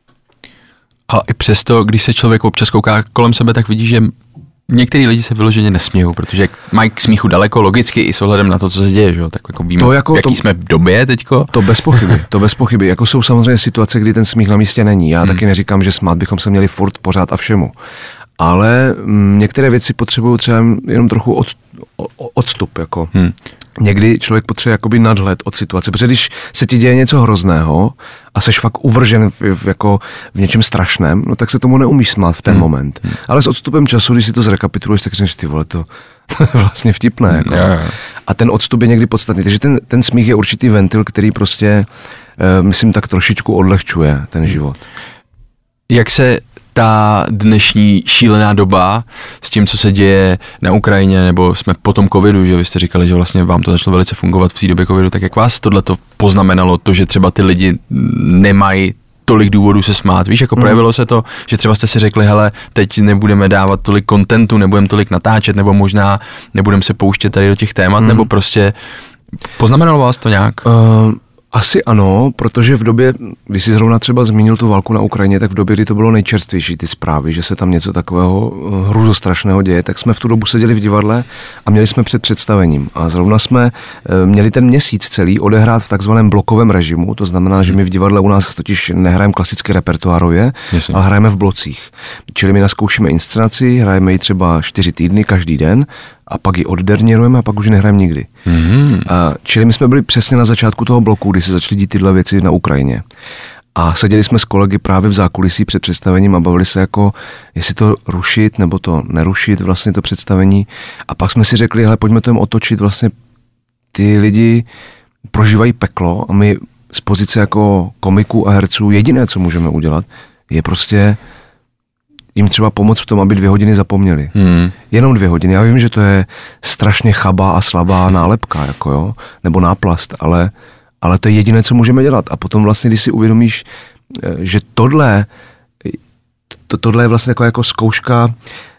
Ale i přesto, když se člověk občas kouká kolem sebe, tak vidí, že některý lidi se vyloženě nesmějou, protože mají k smíchu daleko, logicky i s ohledem na to, co se děje, že? Tak jako víme, to jako jaký to, jsme v době teďko. To bez pochyby, to bez pochyby. Jako jsou samozřejmě situace, kdy ten smích na místě není. Já hmm. taky neříkám, že smát bychom se měli furt pořád a všemu. Ale m, některé věci potřebují třeba jenom trochu od, odstup, jako. Hmm. Někdy člověk potřebuje jakoby nadhled od situace, protože když se ti děje něco hrozného a seš fakt uvržen v, v, jako v něčem strašném, no tak se tomu neumíš smát v ten hmm. moment. Hmm. Ale s odstupem času, když si to zrekapituluješ, tak říkáš, ty vole, to, to je vlastně vtipné. Jako. Ja, ja. A ten odstup je někdy podstatný. Takže ten, ten smích je určitý ventil, který prostě, uh, myslím, tak trošičku odlehčuje ten život. Jak se ta dnešní šílená doba s tím, co se děje na Ukrajině, nebo jsme po tom covidu, že vy jste říkali, že vlastně vám to začalo velice fungovat v té době covidu, tak jak vás tohleto poznamenalo, to, že třeba ty lidi nemají tolik důvodů se smát, víš, jako mm. projevilo se to, že třeba jste si řekli, hele, teď nebudeme dávat tolik kontentu, nebudeme tolik natáčet, nebo možná nebudeme se pouštět tady do těch témat, mm. nebo prostě poznamenalo vás to nějak? Uh... Asi ano, protože v době, když jsi zrovna třeba zmínil tu válku na Ukrajině, tak v době, kdy to bylo nejčerstvější, ty zprávy, že se tam něco takového hruzostrašného děje, tak jsme v tu dobu seděli v divadle a měli jsme před představením. A zrovna jsme měli ten měsíc celý odehrát v takzvaném blokovém režimu, to znamená, že my v divadle u nás totiž nehrajeme klasicky repertoárově, Jasně. ale hrajeme v blocích. Čili my naskoušíme inscenaci, hrajeme ji třeba čtyři týdny každý den, a pak ji oddernírujeme a pak už ji nehrajeme nikdy. Mm-hmm. A čili my jsme byli přesně na začátku toho bloku, kdy se začaly dít tyhle věci na Ukrajině. A seděli jsme s kolegy právě v zákulisí před představením a bavili se jako, jestli to rušit nebo to nerušit vlastně to představení. A pak jsme si řekli, hele, pojďme to jen otočit, vlastně ty lidi prožívají peklo a my z pozice jako komiků a herců jediné, co můžeme udělat, je prostě jim třeba pomoct v tom, aby dvě hodiny zapomněli. Hmm. Jenom dvě hodiny. Já vím, že to je strašně chabá a slabá nálepka, jako jo, nebo náplast, ale, ale to je jediné, co můžeme dělat. A potom vlastně, když si uvědomíš, že tohle, to, tohle je vlastně taková jako zkouška,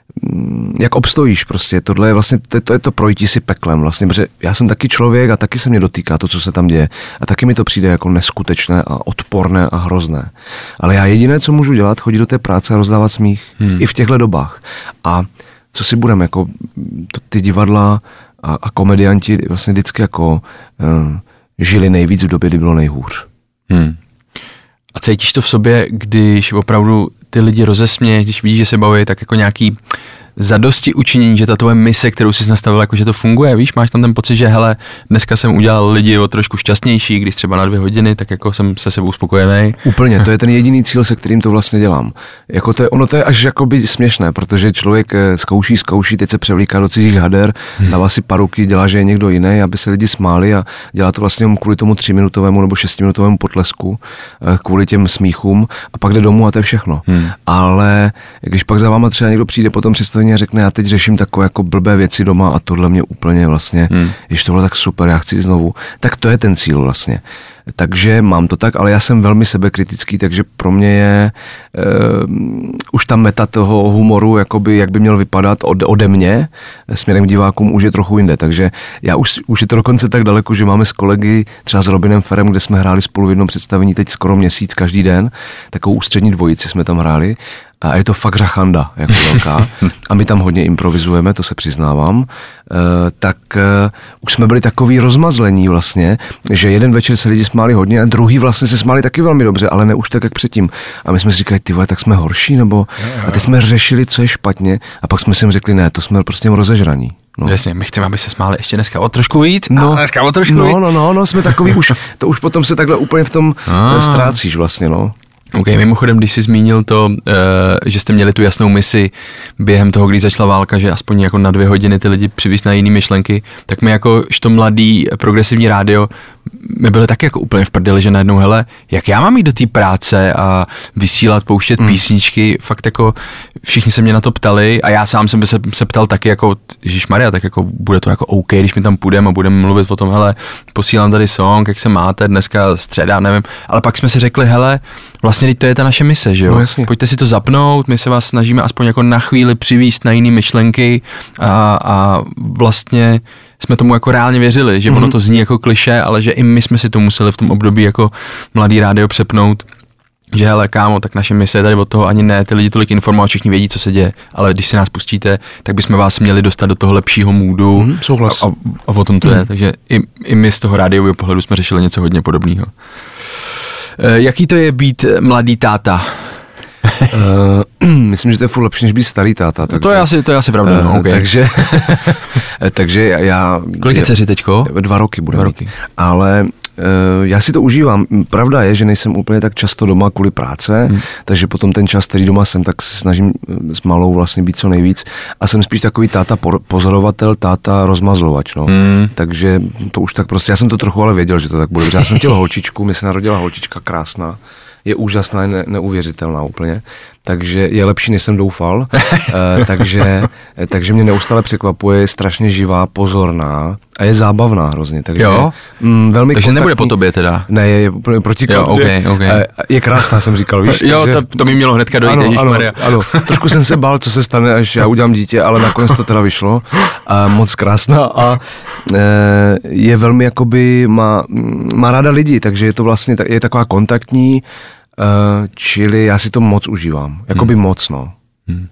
jak obstojíš prostě, tohle je vlastně, to, to je to projítí si peklem vlastně, protože já jsem taky člověk a taky se mě dotýká to, co se tam děje a taky mi to přijde jako neskutečné a odporné a hrozné. Ale já jediné, co můžu dělat, chodit do té práce a rozdávat smích hmm. i v těchto dobách. A co si budeme, jako ty divadla a, a komedianti vlastně vždycky jako uh, žili nejvíc v době, kdy bylo nejhůř. Hmm. A cítíš to v sobě, když opravdu ty lidi rozesměješ, když vidíš, že se baví, tak jako nějaký zadosti učinění, že ta tvoje mise, kterou jsi nastavil, jako že to funguje, víš, máš tam ten pocit, že hele, dneska jsem udělal lidi o trošku šťastnější, když třeba na dvě hodiny, tak jako jsem se sebou spokojený. Úplně, to je ten jediný cíl, se kterým to vlastně dělám. Jako to je, ono to je až jakoby směšné, protože člověk zkouší, zkouší, teď se převlíká do cizích hader, hmm. dává si paruky, dělá, že je někdo jiný, aby se lidi smáli a dělá to vlastně kvůli tomu tříminutovému nebo šestiminutovému potlesku, kvůli těm smíchům a pak jde domů a to je všechno. Hmm. Ale když pak za váma třeba někdo přijde potom představení a řekne, já teď řeším takové jako blbé věci doma a tohle mě úplně vlastně, hmm. když tohle tak super, já chci znovu, tak to je ten cíl vlastně. Takže mám to tak, ale já jsem velmi sebekritický, takže pro mě je uh, už ta meta toho humoru, jakoby, jak by měl vypadat od, ode mě, směrem k divákům, už je trochu jinde. Takže já už, už je to dokonce tak daleko, že máme s kolegy, třeba s Robinem Ferem, kde jsme hráli spolu v jednom představení teď skoro měsíc každý den, takovou ústřední dvojici jsme tam hráli. A je to fakt řachanda, jako velká. A my tam hodně improvizujeme, to se přiznávám. E, tak e, už jsme byli takový rozmazlení vlastně, že jeden večer se lidi smáli hodně a druhý vlastně se smáli taky velmi dobře, ale ne už tak, jak předtím. A my jsme si říkali, ty vole, tak jsme horší, nebo a teď jsme řešili, co je špatně a pak jsme si jim řekli, ne, to jsme prostě rozežraní. No. Jasně, my chceme, aby se smáli ještě dneska o trošku víc, no, a dneska o trošku no, víc. No, no, no, jsme takový už, to už potom se takhle úplně v tom ah. ztrácíš vlastně, no. OK, mimochodem, když jsi zmínil to, uh, že jste měli tu jasnou misi během toho, když začala válka, že aspoň jako na dvě hodiny ty lidi přivízt na jiný myšlenky, tak my jako to mladý progresivní rádio, my byli taky jako úplně v prdeli, že najednou, hele, jak já mám jít do té práce a vysílat, pouštět mm. písničky, fakt jako všichni se mě na to ptali a já sám jsem se, se ptal taky jako, ježišmarja, tak jako bude to jako OK, když mi tam půjdeme a budeme mluvit o tom, hele, posílám tady song, jak se máte, dneska středa, nevím, ale pak jsme si řekli, hele, vlastně teď to je ta naše mise, že jo, no, pojďte si to zapnout, my se vás snažíme aspoň jako na chvíli přivízt na jiný myšlenky a, a vlastně jsme tomu jako reálně věřili, že mm-hmm. ono to zní jako klišé, ale že i my jsme si to museli v tom období jako mladý rádio přepnout, že hele kámo, tak naše mise je tady od toho ani ne, ty lidi tolik informovat, všichni vědí, co se děje, ale když si nás pustíte, tak bychom vás měli dostat do toho lepšího moodu mm, souhlas. A, a, a o tom to mm. je, takže i, i my z toho rádiového pohledu jsme řešili něco hodně podobného. E, jaký to je být mladý táta? uh, myslím, že to je furt lepší, než být starý táta. Takže, to je asi, to je asi pravda, uh, no, okay. Takže, takže já... Kolik je dceři teďko? Dva roky bude dva mít. Roky. Ale uh, já si to užívám. Pravda je, že nejsem úplně tak často doma kvůli práce, hmm. takže potom ten čas, který doma jsem, tak se snažím s malou vlastně být co nejvíc. A jsem spíš takový táta pozorovatel, táta rozmazlovač. No. Hmm. Takže to už tak prostě, já jsem to trochu ale věděl, že to tak bude. Já jsem chtěl holčičku, mi se narodila holčička krásná. Je úžasná, ne, neuvěřitelná úplně, takže je lepší, než jsem doufal, e, takže, takže mě neustále překvapuje, je strašně živá, pozorná a je zábavná hrozně, takže jo? Mm, velmi takže kontaktní. Nebude po tobě teda? Ne, je, je úplně proti jo, okay, okay. E, je krásná, jsem říkal, víš. Jo, takže, to, to mi mělo hnedka dojít, ano, ano, ano, trošku jsem se bál, co se stane, až já udělám dítě, ale nakonec to teda vyšlo a moc krásná a e, je velmi jakoby, má, má ráda lidi, takže je to vlastně, je taková kontaktní. Uh, čili já si to moc užívám, jakoby hmm. moc, no. Hmm.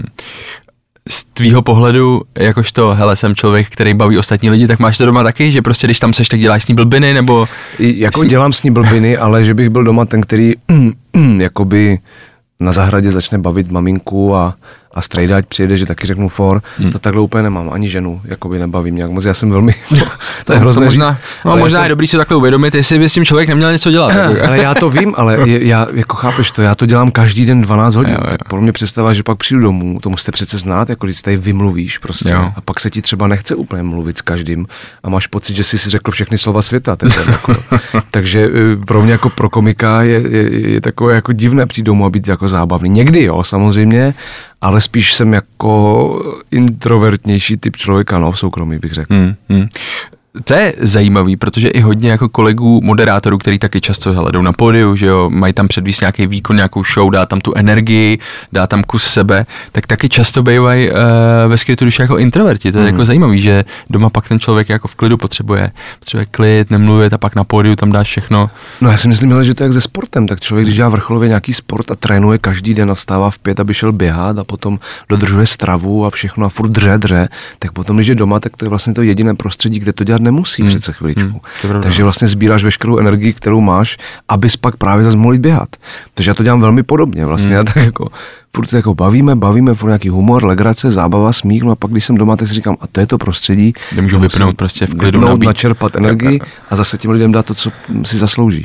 Z tvýho pohledu, jakožto, hele, jsem člověk, který baví ostatní lidi, tak máš to doma taky, že prostě když tam seš, tak děláš s ní blbiny, nebo... Jako s ní... dělám s ní blbiny, ale že bych byl doma ten, který jakoby na zahradě začne bavit maminku a, a strejda, přijede, že taky řeknu for, hmm. to takhle úplně nemám, ani ženu, jakoby nebavím nějak moc, já jsem velmi, to je hrozné to možná, říct, no, možná jsem... je dobrý si takhle uvědomit, jestli by s tím člověk neměl něco dělat. Ale já to vím, ale je, já, jako chápeš to, já to dělám každý den dvanáct hodin, jo, jo. Tak pro mě představa, že pak přijdu domů, to musíte přece znát, jako když tady vymluvíš prostě jo. A pak se ti třeba nechce úplně mluvit s každým a máš pocit, že jsi si řekl všechny slova světa. Ten den, jako. Takže pro mě jako pro komika je, je, je takové jako divné přijít domů a být jako zábavný. Někdy jo, samozřejmě, ale spíš jsem jako introvertnější typ člověka, no, v soukromí bych řekl. Hmm, hmm. To je zajímavý, protože i hodně jako kolegů, moderátorů, který taky často hele, jdou na pódiu, že jo, mají tam předvíst nějaký výkon, nějakou show, dá tam tu energii, dá tam kus sebe, tak taky často bývají uh, ve skrytu duši jako introverti. To je mm. jako zajímavý, že doma pak ten člověk jako v klidu potřebuje, potřebuje klid, nemluvit a pak na pódiu tam dáš všechno. No já si myslím, hele, že to je jak se sportem, tak člověk, když dělá vrcholově nějaký sport a trénuje každý den a vstává v pět, aby šel běhat a potom dodržuje stravu a všechno a furt dře, dře, tak potom, když je doma, tak to je vlastně to jediné prostředí, kde to dělat nemusí hmm. přece chviličku. Hmm, takže vlastně sbíráš veškerou energii, kterou máš, abys pak právě zase mohl jít běhat. Takže já to dělám velmi podobně. Vlastně hmm. já tak jako furt se jako bavíme, bavíme, furt nějaký humor, legrace, zábava, smích, no a pak když jsem doma, tak si říkám, a to je to prostředí, kde můžu vypnout prostě v klidu, vypnout, načerpat energii a zase těm lidem dát to, co si zaslouží.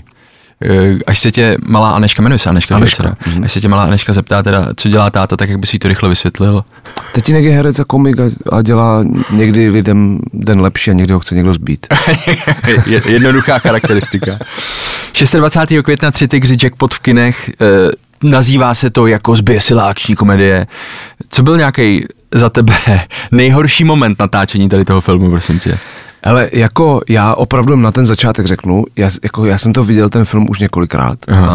Až se tě malá Aneška, jmenuje se Aneška, Aneška. Mm-hmm. Až se tě malá Aneška zeptá teda, co dělá táta, tak jak by si to rychle vysvětlil? Tatínek je herec a komik a dělá někdy lidem den lepší a někdy ho chce někdo zbít. Jednoduchá charakteristika. dvacátého šestého května Tři tygři jackpot v kinech, e, nazývá se to jako zběsilá akční komedie. Co byl nějaký za tebe nejhorší moment natáčení tady toho filmu, prosím tě? Ale jako já opravdu na ten začátek řeknu, já, jako já jsem to viděl ten film už několikrát a,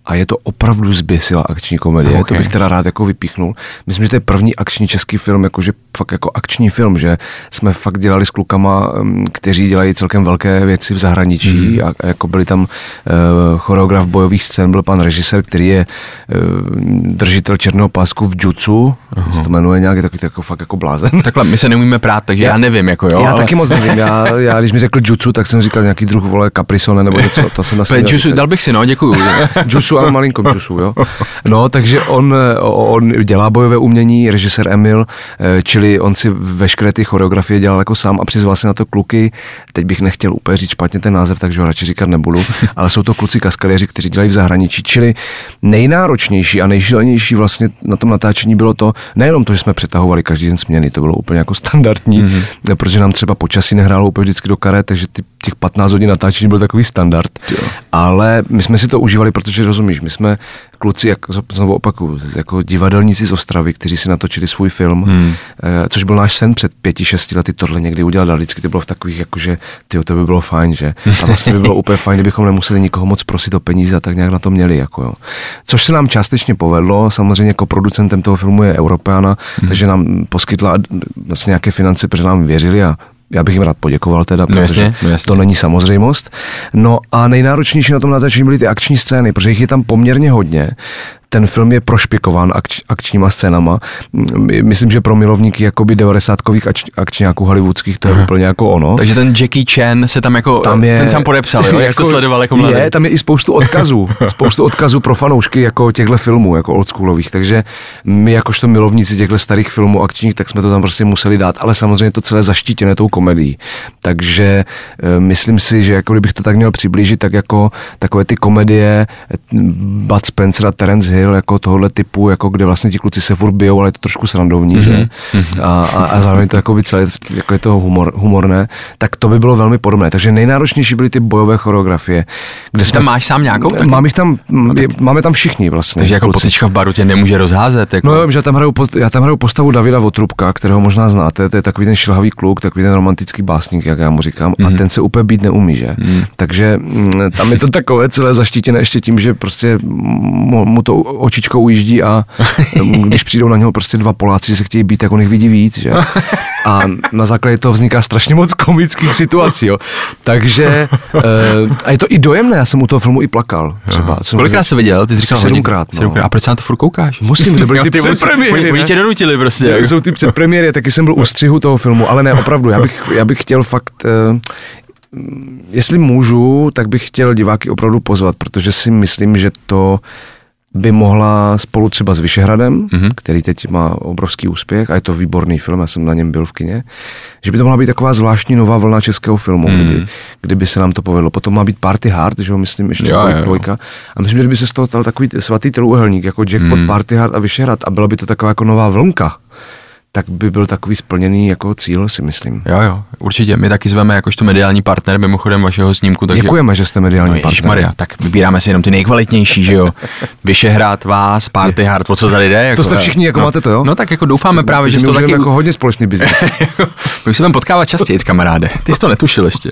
a je to opravdu zběsila akční komedie. Okay. To bych teda rád jako vypíchnul. Myslím, že to je první akční český film, jakože fakt jako akční film, že jsme fakt dělali s klukama, kteří dělají celkem velké věci v zahraničí mm. a, a jako byli tam uh, choreograf bojových scén, byl pan režisér, který je uh, držitel černého pásku v jutsu, uh-huh. se to jmenuje nějak, je takový jako fakt jako blázen. Takhle, my se neumíme prát, takže já, já nevím, jako jo. Já ale... taky moc nevím, já, já když mi řekl jutsu, tak jsem říkal nějaký druh, vole, caprisone nebo něco, to jsem asi... Jutsu, dal bych si, no, děkuju. Jutsu, ale malinko jutsu, jo. No, takže on, on dělá bojové umění, režisér Emil, čili on si veškeré ty choreografie dělal jako sám a přizval si na to kluky. Teď bych nechtěl úplně říct špatně ten název, takže ho radši říkat nebudu, ale jsou to kluci kaskadéři, kteří dělají v zahraničí, čili nejnáročnější a nejšílenější vlastně na tom natáčení bylo to, nejenom to, že jsme přetahovali každý den směny, to bylo úplně jako standardní, mm-hmm. protože nám třeba počasí nehrálo úplně vždycky do karet, takže ty, těch patnáct hodin natáčení byl takový standard, jo. Ale my jsme si to užívali, protože rozumíš, my jsme kluci, jak znovu opakuju, jako divadelníci z Ostravy, kteří si natočili svůj film, hmm. eh, což byl náš sen před pěti, šesti lety tohle někdy udělat a vždycky to bylo v takových, jakože tyjo, to by bylo fajn, že? A vlastně by bylo úplně fajn, kdybychom nemuseli nikoho moc prosit o peníze a tak nějak na to měli, jako jo. Což se nám částečně povedlo, samozřejmě jako producentem toho filmu je Europeana, hmm. takže nám poskytla vlastně nějaké finance, protože nám věřili a já bych jim rád poděkoval teda, protože no jasně, no jasně. To není samozřejmost. No a nejnáročnější na tom natáčení byly ty akční scény, protože jich je tam poměrně hodně. Ten film je prošpikován akč, akčníma scénama. Myslím, že pro milovníky jakoby devadesátkových akč, akčňáků hollywoodských to je Aha. úplně jako ono. Takže ten Jackie Chan se tam jako, tam je, ten sám podepsal, jo? Jak jako, to sledoval jako mladý. Je, tam je i spoustu odkazů, spoustu odkazů pro fanoušky jako těchto filmů, jako oldschoolových, takže my jakožto milovníci těchto starých filmů akčních, tak jsme to tam prostě museli dát, ale samozřejmě to celé zaštítěné tou komedií. Takže e, myslím si, že jako kdybych to tak měl přiblížit, tak jako takové ty komedie Bud Spencer a Terence Hill, jako tohohle typu, jako kde vlastně ti kluci se furt bijou, ale je to trošku srandovní, mm-hmm. že? A, a, a zároveň to jako celé, jako je to humor, humorné, tak to by bylo velmi podobné. Takže nejnáročnější byly ty bojové choreografie. Kde jsme, tam máš sám nějakou? Mám jich tam, no, tak, máme tam všichni vlastně. Takže jako potička v baru tě nemůže rozházet? Jako... No jo, že já tam, hraju, já tam hraju postavu Davida Votrubka, kterého možná znáte, to je takový ten šilhavý kluk, takový ten romantický básník, jak já mu říkám, mm-hmm. a ten se úplně být neumí, že? Mm. Takže m, tam je to takové celé zaštítěné ještě tím, že prostě mu, mu to očičko ujíždí a když přijdou na něho prostě dva Poláci, že se chtějí být, tak on jich vidí víc, že? A na základě toho vzniká strašně moc komických situací, jo. Takže a je to i dojemné, já jsem u toho filmu i plakal třeba. Kolikrát jsi viděl? Ty jsi říkal sedmkrát, no. A proč se na to furt koukáš? Musím, to byly ty, ty předpremiéry. Oni tě donutili prostě. To jsou ty předpremiéry, taky jsem byl u střihu toho filmu, ale ne, opravdu, já bych, já bych chtěl fakt... Jestli můžu, tak bych chtěl diváky opravdu pozvat, protože si myslím, že to by mohla spolu třeba s Vyšehradem, mm-hmm. který teď má obrovský úspěch a je to výborný film, já jsem na něm byl v kině, že by to mohla být taková zvláštní nová vlna českého filmu, mm. kdyby, kdyby se nám to povedlo. Potom má být Party Hard, že ho myslím, ještě jo, jo. dvojka. A myslím, že by se z toho stal takový svatý trojúhelník, jako Jackpot, mm. Party Hard a Vyšehrad a byla by to taková jako nová vlnka. Tak by byl takový splněný jako cíl, si myslím. Jo, jo, určitě. My taky zveme jakožto mediální partner mimochodem vašeho snímku. Takže... Děkujeme, že jste mediální no, partner. Maria, tak vybíráme si jenom ty nejkvalitnější, že jo. Vyšehrad, vás, Party Hard, o co tady jde. Jako, to jste všichni, jako no, máte to, jo? No tak jako doufáme to, právě, že to taky... jako hodně společný biznes. My už se tam potkávat častěji, kamaráde. Ty jsi to netušil ještě.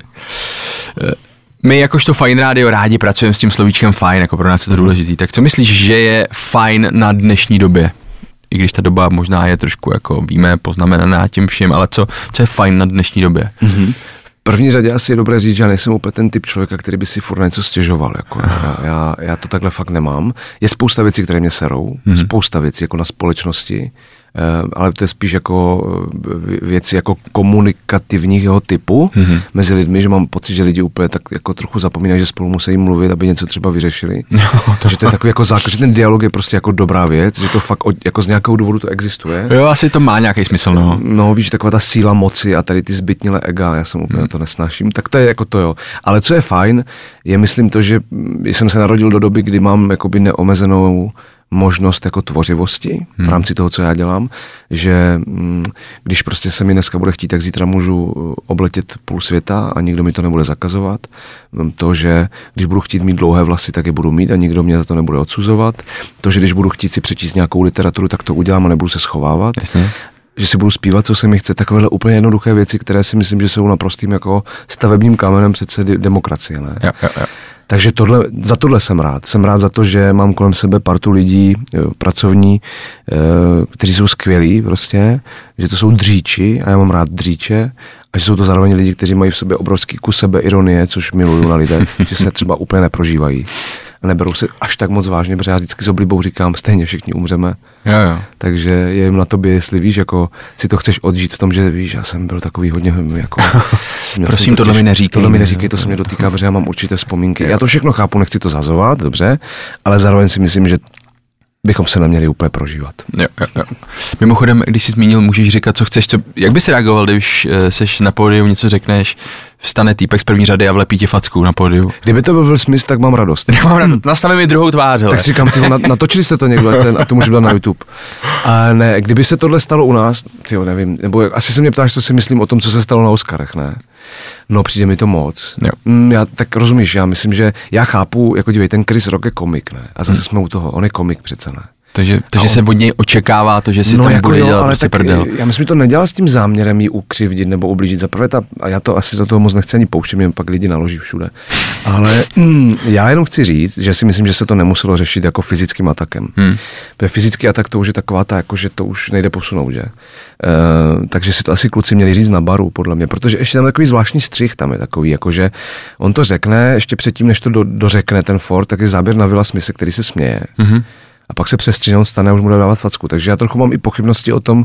My jakožto Fajn rádio rádi pracujeme s tím slovíčkem fajn, jako pro nás je to důležitý. Tak co myslíš, že je fajn na dnešní době? I když ta doba možná je trošku, jako víme, poznamenaná tím vším, ale co, co je fajn na dnešní době? Mm-hmm. V první řadě asi je dobré říct, že já nejsem úplně ten typ člověka, který by si furt na něco stěžoval. Jako. Já, já, já to takhle fakt nemám. Je spousta věcí, které mě serou, mm-hmm. spousta věcí jako na společnosti, ale to je spíš jako věci jako komunikativního typu mm-hmm. mezi lidmi, že mám pocit, že lidi úplně tak jako trochu zapomínají, že spolu musí mluvit, aby něco třeba vyřešili. No, to... Že to je takový jako základ, že ten dialog je prostě jako dobrá věc, že to fakt jako z nějakého důvodu to existuje. Jo, asi to má nějaký smysl, no. No, víš, taková ta síla moci a tady ty zbytnělé ega, já jsem úplně mm. to nesnáším, tak to je jako to jo. Ale co je fajn, je myslím to, že jsem se narodil do doby, kdy mám jakoby neomezenou možnost jako tvořivosti v rámci toho, co já dělám, že když prostě se mi dneska bude chtít, tak zítra můžu obletět půl světa a nikdo mi to nebude zakazovat. To, že když budu chtít mít dlouhé vlasy, tak je budu mít a nikdo mě za to nebude odsuzovat. To, že když budu chtít si přečíst nějakou literaturu, tak to udělám a nebudu se schovávat. Jasně. Že si budu zpívat, co se mi chce, takovéhle úplně jednoduché věci, které si myslím, že jsou naprostým jako stavebním kamenem přece demokracie, ne? Jo, jo, jo. Takže tohle, za tohle jsem rád. Jsem rád za to, že mám kolem sebe partu lidí jo, pracovní, kteří jsou skvělí prostě, že to jsou dříči a já mám rád dříče a že jsou to zároveň lidi, kteří mají v sobě obrovský kus sebe ironie, což miluju na lidech, že se třeba úplně neprožívají. A neberou se až tak moc vážně, protože já vždycky s oblibou říkám, stejně všichni umřeme. Jo, jo. Takže je jim na tobě, jestli víš, jako si to chceš odžít v tom, že víš, já jsem byl takový hodně jako... Prosím, tohle mi neříkej. Tohle mi neříkej, to se mě dotýká, protože já mám určité vzpomínky. Já to všechno chápu, nechci to zazovat, dobře, ale zároveň si myslím, že bychom se neměli úplně prožívat. Jo, jo, jo. Mimochodem, když jsi zmínil, můžeš říkat, co chceš, co, jak bys reagoval, když uh, seš na pódiu, něco řekneš, vstane týpek z první řady a vlepí ti facku na pódiu. Kdyby to byl Will Smith, tak mám radost. Já mám radost, nastaví mi druhou tvář, hele. Tak si říkám, tyho, natočili jste to někdo ten, a to může být na YouTube. A ne, kdyby se tohle stalo u nás, tyjo, nevím, nebo asi se mě ptáš, co si myslím o tom, co se stalo na Oscarech, ne? No, přijde mi to moc. Mm, já, tak rozumíš, já myslím, že já chápu, jako dívej, ten Chris Rock je komik, ne? A zase hmm. jsme u toho, on je komik přece, ne? Takže, takže on... se od něj očekává to, že si no, tam jako bude jo, dělat ale prostě tak, prdel. Já myslím, že to nedělal s tím záměrem jí ukřivdit nebo ublížit. Zaprvé ta, a já to asi za toho moc nechci ani pouštět, mě pak lidi naloží všude. Ale mm, já jenom chci říct, že si myslím, že se to nemuselo řešit jako fyzickým atakem. Hmm. Fyzický atak to už je taková ta, jako, že to už nejde posunout, že? Uh, takže si to asi kluci měli říct na baru, podle mě, protože ještě tam takový zvláštní střih tam je takový, jakože on to řekne, ještě předtím, než to do, dořekne ten Ford, tak je záběr na Willa Smithe, který se směje. Hmm. A pak se přestřihnout stane a už mu dá dávat facku. Takže já trochu mám i pochybnosti o tom,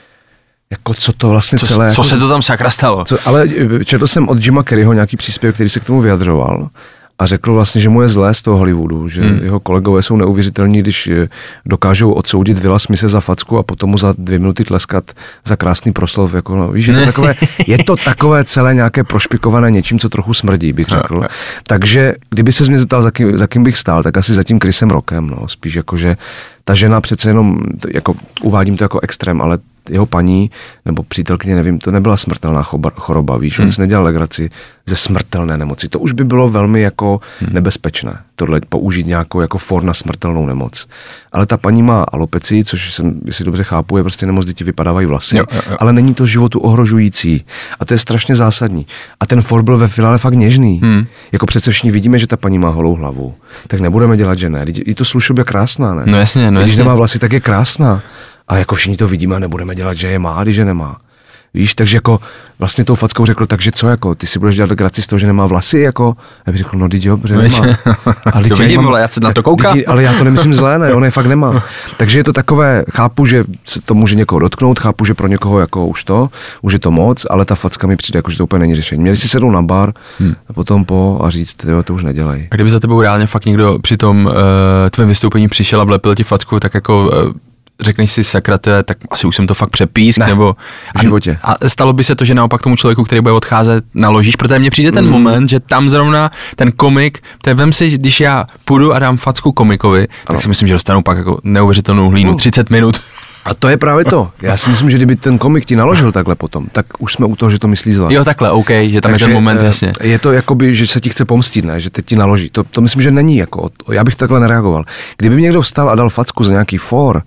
jako co to vlastně co, celé... Co jako, se to tam sakra stalo? Co, ale četl jsem od Jima Carreyho nějaký příspěvek, který se k tomu vyjadřoval a řekl vlastně, že mu je zlé z toho Hollywoodu, že hmm. jeho kolegové jsou neuvěřitelní, když dokážou odsoudit Willa Smithe za facku a potom mu za dvě minuty tleskat za krásný proslov. Jako, no, víš, je to, takové, je to takové celé nějaké prošpikované něčím, co trochu smrdí, bych řekl. Takže kdyby se mě zeptal, za kým, za kým bych stál, tak asi za tím Chrisem Rockem. No. Spíš jako, že ta žena přece jenom, jako, uvádím to jako extrém, ale jeho paní nebo přítelkyně, nevím, to nebyla smrtelná choroba, víš, hmm. on si nedělal legraci ze smrtelné nemoci. To už by bylo velmi jako hmm. nebezpečné, tohle použít nějakou jako for na smrtelnou nemoc. Ale ta paní má alopecii, což jsem, jestli dobře chápu, je prostě nemoc, kdy ti vypadávají vlasy, jo, jo, jo. ale není to životu ohrožující. A to je strašně zásadní. A ten for byl ve finále fakt něžný. Hmm. Jako přece všichni vidíme, že ta paní má holou hlavu. Tak nebudeme dělat, že ne. Je to slušobě krásná, ne? No jasně, no Když jasně. nemá vlasy, tak je krásná. A jako všichni to vidíme a nebudeme dělat, že je má, když je nemá. Víš, takže jako vlastně tou fackou řekl, takže co, jako, ty si budeš dělat graci z toho, že nemá vlasy, jako, já bych řekl, no teď jo, protože nemá. Ale to vidím, mám, já se na to koukám. Dítě, ale já to nemyslím zlé, ne, on je fakt nemá. Takže je to takové, chápu, že se to může někoho dotknout, chápu, že pro někoho jako už to, už je to moc, ale ta facka mi přijde, jako, že to úplně není řešení. Měli si sednout na bar hmm. a potom po a říct, jo, to už nedělej. A kdyby za tebou reálně fakt někdo při tom uh, tvém vystoupení přišel a vlepil ti facku, tak jako... Uh, řekneš si sakra, tak asi už jsem to fakt přepísk, ne, nebo v životě. A, a stalo by se to, že naopak tomu člověku, který bude odcházet, naložíš, protože mně přijde ten mm. moment, že tam zrovna ten komik, to vem si, když já půjdu a dám facku komikovi, tak ano. si myslím, že dostanu pak jako neuvěřitelnou hlínu, třicet minut. A to je právě to. Já si myslím, že kdyby ten komik ti naložil takhle potom, tak už jsme u toho, že to myslí zle. Jo, takhle, OK, že tam Takže, je ten moment, jasně. Je to jakoby, že se ti chce pomstit, ne, že teď ti naloží. To, to myslím, že není jako, já bych takhle nereagoval. Kdyby mi někdo vstal a dal facku za nějaký for,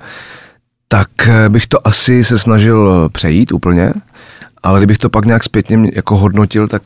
tak bych to asi se snažil přejít úplně, ale kdybych to pak nějak zpětně jako hodnotil, tak,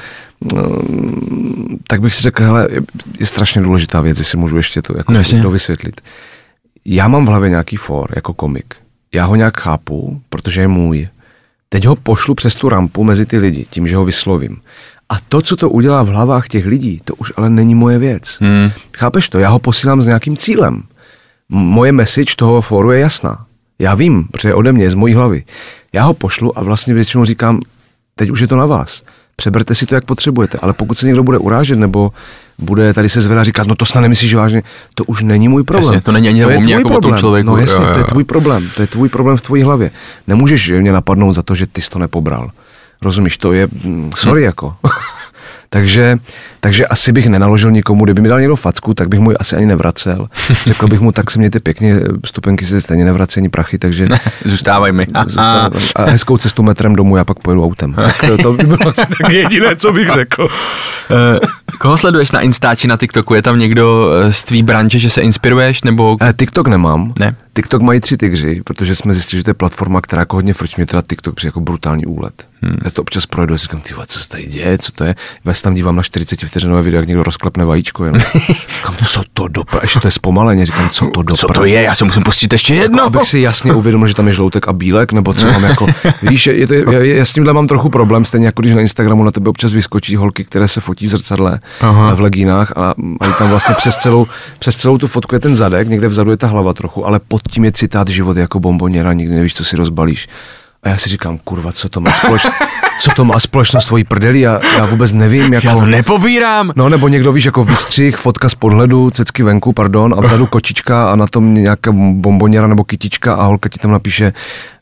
tak bych si řekl, hele, je, je strašně důležitá věc, jestli můžu ještě to jako dovysvětlit. Já mám v hlavě nějaký for jako komik. Já ho nějak chápu, protože je můj. Teď ho pošlu přes tu rampu mezi ty lidi, tím, že ho vyslovím. A to, co to udělá v hlavách těch lidí, to už ale není moje věc. Hmm. Chápeš to? Já ho posílám s nějakým cílem. Moje message toho fóru je jasná. Já vím, protože je ode mě, z mojí hlavy. Já ho pošlu a vlastně většinou říkám, teď už je to na vás. Přeberte si to, jak potřebujete. Ale pokud se někdo bude urážet nebo bude tady se zvedat říkat, no to snad nemyslíš vážně, to už není můj problém. Jasně, to není ani o mě jako o tom člověku. No jasně, jo, jo, jo. to je tvůj problém. To je tvůj problém v tvojí hlavě. Nemůžeš mě napadnout za to, že ty jsi to nepobral. Rozumíš, to je, sorry hm. jako. Takže, takže asi bych nenaložil nikomu, kdyby mi dal někdo facku, tak bych mu ji asi ani nevracel. Řekl bych mu, tak se mějte pěkně, stupenky se stejně nevrací ani prachy, takže... Zůstávaj mi. Zůstávaj. A hezkou cestu metrem domů, já pak pojedu autem. Tak to, to by bylo asi tak jediné, co bych řekl. Koho sleduješ na Instači, na TikToku? Je tam někdo z tvý branže, že se inspiruješ, nebo... TikTok nemám. Ne? TikTok mají tři tygři, protože jsme zjistili, že to je platforma, která jako hodně frčí, mě teda TikTok přijde jako brutální úlet. Hmm. Já to občas projdu a si říkám, ty vole, co se tady děje, co to je? Já se tam dívám na čtyřicet vteřinové video, jak někdo rozklepne vajíčko, jenom. Říkám, co to dopra, ještě to je zpomaleně, říkám, co to dopra. Co to je, já se musím pustit ještě jedno. Jako, abych si jasně uvědomil, že tam je žloutek a bílek, nebo co mám jako, víš, je to, já, já s tímhle mám trochu problém, stejně jako když na Instagramu na tebe občas vyskočí holky, které se fotí v zrcadle, aha, v legínách a mají tam vlastně přes celou, přes celou tu fotku je ten zadek, někde vzadu je ta hlava trochu, ale pod tím je citát život jako bomboniera, nikdy nevíš, co si rozbalíš. A já si říkám, kurva, co to má společnost, co to má společnost tvojí prdeli, já, já vůbec nevím. Jako, já to nepobírám. No nebo někdo, víš, jako výstřih, fotka z podhledu, cecky venku, pardon, a vzadu kočička a na tom nějaká bomboněra nebo kytička a holka ti tam napíše,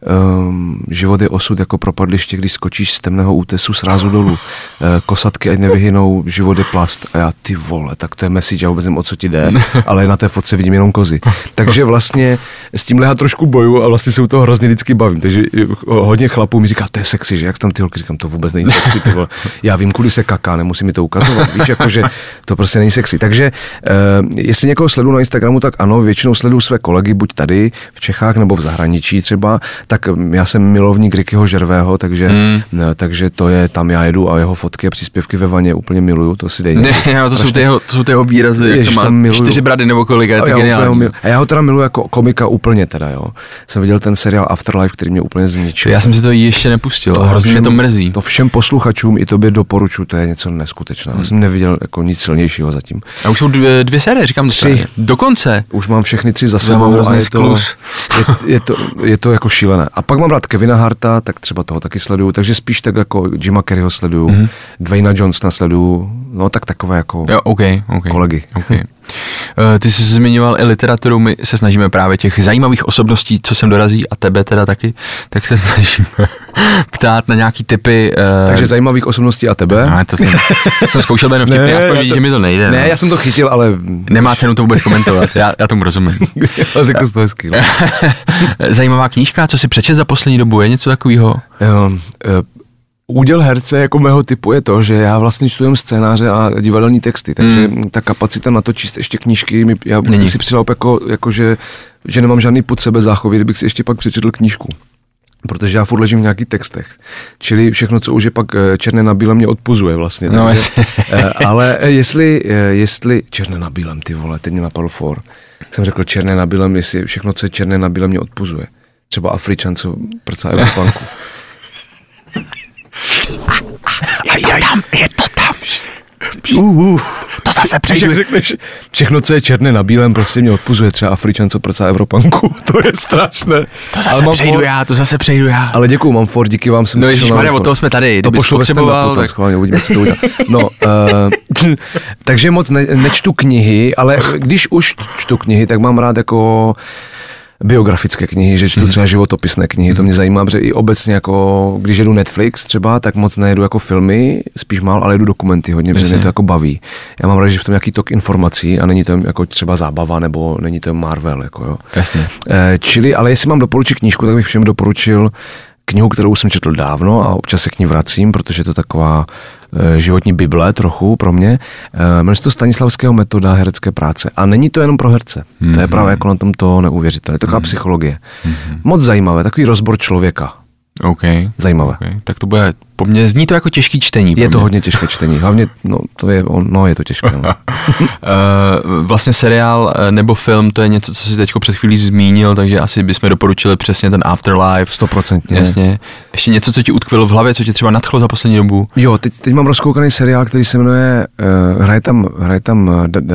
um, život je osud jako propadliště, když skočíš z temného útesu srázu dolů. Uh, kosatky ať nevyhynou, život je plast. A já, ty vole, tak to je message, já vůbec nevím, o co ti jde, ale na té fotce vidím jenom kozy. Takže vlastně s tímhle já trošku boju a vlastně se u toho hrozně vždycky bavím. Takže hodně chlapů mi říká, to je sexy, že jak tam ty holky, říkám, to vůbec není sexy, ty vole. Já vím, kudy se kaká, nemusím mi to ukazovat, víš, jakože to prostě není sexy. Takže uh, jestli někoho sleduju na Instagramu, tak ano, většinou sleduju své kolegy, buď tady v Čechách nebo v zahraničí třeba, tak já jsem milovník Rickyho Žervého, takže, hmm. ne, takže to je, tam já jedu a jeho fotky a příspěvky ve vaně úplně miluju, to si dej. Ne, já, to, jsou ty jeho, to jsou ty jeho výrazy, Jež, jak to má čtyři brady nebo kolik, je to geniální. A já ho teda miluji jako komika úplně teda, jo. Jsem viděl ten seriál Afterlife, který mě úplně zničil. Já jsem si to ještě nepustil, to hrozně mě to mrzí. To všem posluchačům i tobě doporučuji, to je něco neskutečného. Hmm. Já jsem neviděl jako nic silnějšího zatím. A už jsou dvě, dvě série, říkám tři. Dokonce. Už mám všechny tři za sebou a je to, je, je, to, je to jako šílené. A pak mám rád Kevina Harta, tak třeba toho taky sleduju, takže spíš tak jako Jima Carreyho sleduju, mm-hmm. Dwayna Johnsona sleduju, no tak takové jako jo, okay, okay, kolegy. Okay. Ty jsi zmiňoval i literaturu, my se snažíme právě těch zajímavých osobností, co sem dorazí a tebe teda taky, tak se snažíme ptát na nějaký typy. Takže zajímavých osobností a tebe? No, to jsem, jsem zkoušel jenom vtipně, aspoň vidíš, že mi to nejde. Ne, no. Já jsem to chytil, ale... Nemá cenu to vůbec komentovat, já, já tomu rozumím. Ale řekl jsi to hezky. No. Zajímavá knížka, co si přečet za poslední dobu, je něco takového? Jo, úděl herce jako mého typu je to, že já vlastně čtu jen scénáře a divadelní texty, takže hmm. ta kapacita na to číst ještě knížky, já bych si přidal jako, jako že, že nemám žádný pod sebe záchovy, kdybych si ještě pak přečetl knížku. Protože já furt ležím v nějakých textech. Čili všechno, co už je pak černé na bílém, mě odpuzuje vlastně. No, takže, ale jestli, jestli černé na bílém, ty vole, teď mě napadl for. Jsem řekl černé na bílém, jestli všechno, co je černé na bílém, mě odpuzuje. Třeba Afričan, co prcá Evropanku. Je to tam, je to tam. Uh, uh, to zase přejdu. Řekneš, všechno, co je černé na bílém, prostě mě odpuzuje. Třeba Afričan, co prcá Evropanku. To je strašné. To zase přejdu for... já, to zase přejdu já. Ale děkuju, mám for, díky vám jsem no, si Maria, od toho jsme tady. To pošlu potřeboval, tak schválně, uvidíme, co to udělá. No, uh, takže moc ne, nečtu knihy, ale když už čtu knihy, tak mám rád jako biografické knihy, že čtu třeba životopisné knihy, to mě zajímá, protože i obecně jako, když jedu Netflix třeba, tak moc nejedu jako filmy, spíš málo, ale jedu dokumenty hodně, protože mě to jako baví. Já mám rád, že v tom nějaký tok informací a není to jako třeba zábava, nebo není to Marvel, jako jo. Jasně. E, čili, ale jestli mám doporučit knížku, tak bych všem doporučil knihu, kterou jsem četl dávno a občas se k ní vracím, protože to je taková e, životní bible trochu pro mě. E, jmenuje se to Stanislavského metoda herecké práce. A není to jenom pro herce. Mm-hmm. To je právě jako na tom to neuvěřitelné. Je to taková mm-hmm. psychologie. Mm-hmm. Moc zajímavé, takový rozbor člověka. OK. Zajímavé. Okay. Tak to bude, po mně zní to jako těžký čtení. Je to hodně těžké čtení, hlavně, no, to je, no, je to těžké. No. uh, vlastně seriál nebo film, to je něco, co jsi teďko před chvílí zmínil, takže asi bychom doporučili přesně ten Afterlife. Stoprocentně. Jasně. Ještě něco, co ti utkvělo v hlavě, co tě třeba nadchlo za poslední dobu? Jo, teď, teď mám rozkoukaný seriál, který se jmenuje, uh, hraje tam, hraje tam uh, d, d,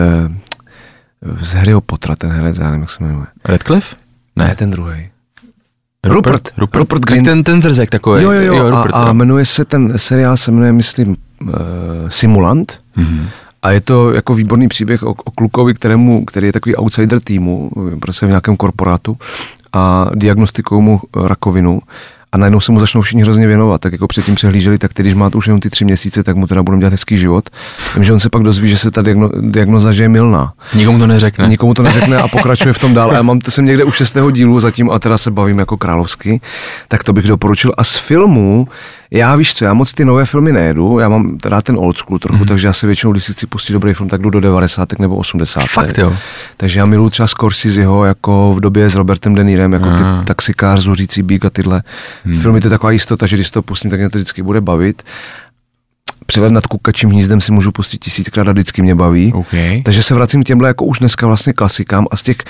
z Harryho Pottera, ten herec, já nevím, jak se jmenuje. Radcliffe? Ne, ne ten druhý. Rupert, Rupert, Rupert, Rupert Grint. Ten, ten zrzek takový. Jo, jo, jo, jo a, Rupert, a jo. jmenuje se ten seriál, se jmenuje, myslím, uh, Simulant. Mm-hmm. A je to jako výborný příběh o, o klukovi, kterému, který je takový outsider týmu, prostě v nějakém korporátu a diagnostikují mu rakovinu. A najednou se mu začnou všichni hrozně věnovat, tak jako předtím přehlíželi, tak když má to už jenom ty tři měsíce, tak mu teda budeme dělat hezký život. Vím, že on se pak dozví, že se ta diagno, diagnoza, že je mylná. Nikomu to neřekne. Nikomu to neřekne a pokračuje v tom dál. A já mám to jsem někde u šestého dílu zatím a teda se bavím jako královsky, tak to bych doporučil. A z filmu Já víš co, já moc ty nové filmy nejedu, já mám teda ten old school trochu, mm. takže já si většinou, když si chci pustit dobrý film, tak jdu do devadesátek nebo osmdesátek. Fakt jo. Takže já miluji třeba Scorseseho jako v době s Robertem De Nirem, jako ty Taxikář, Zuřící býk a tyhle hmm. filmy, to je taková jistota, že když to pustím, tak mě to vždycky bude bavit. Přelet nad Kukačím hnízdem si můžu pustit tisíckrát a vždycky mě baví. Okay. Takže se vracím k těmhle jako už dneska vlastně klasikám a z těch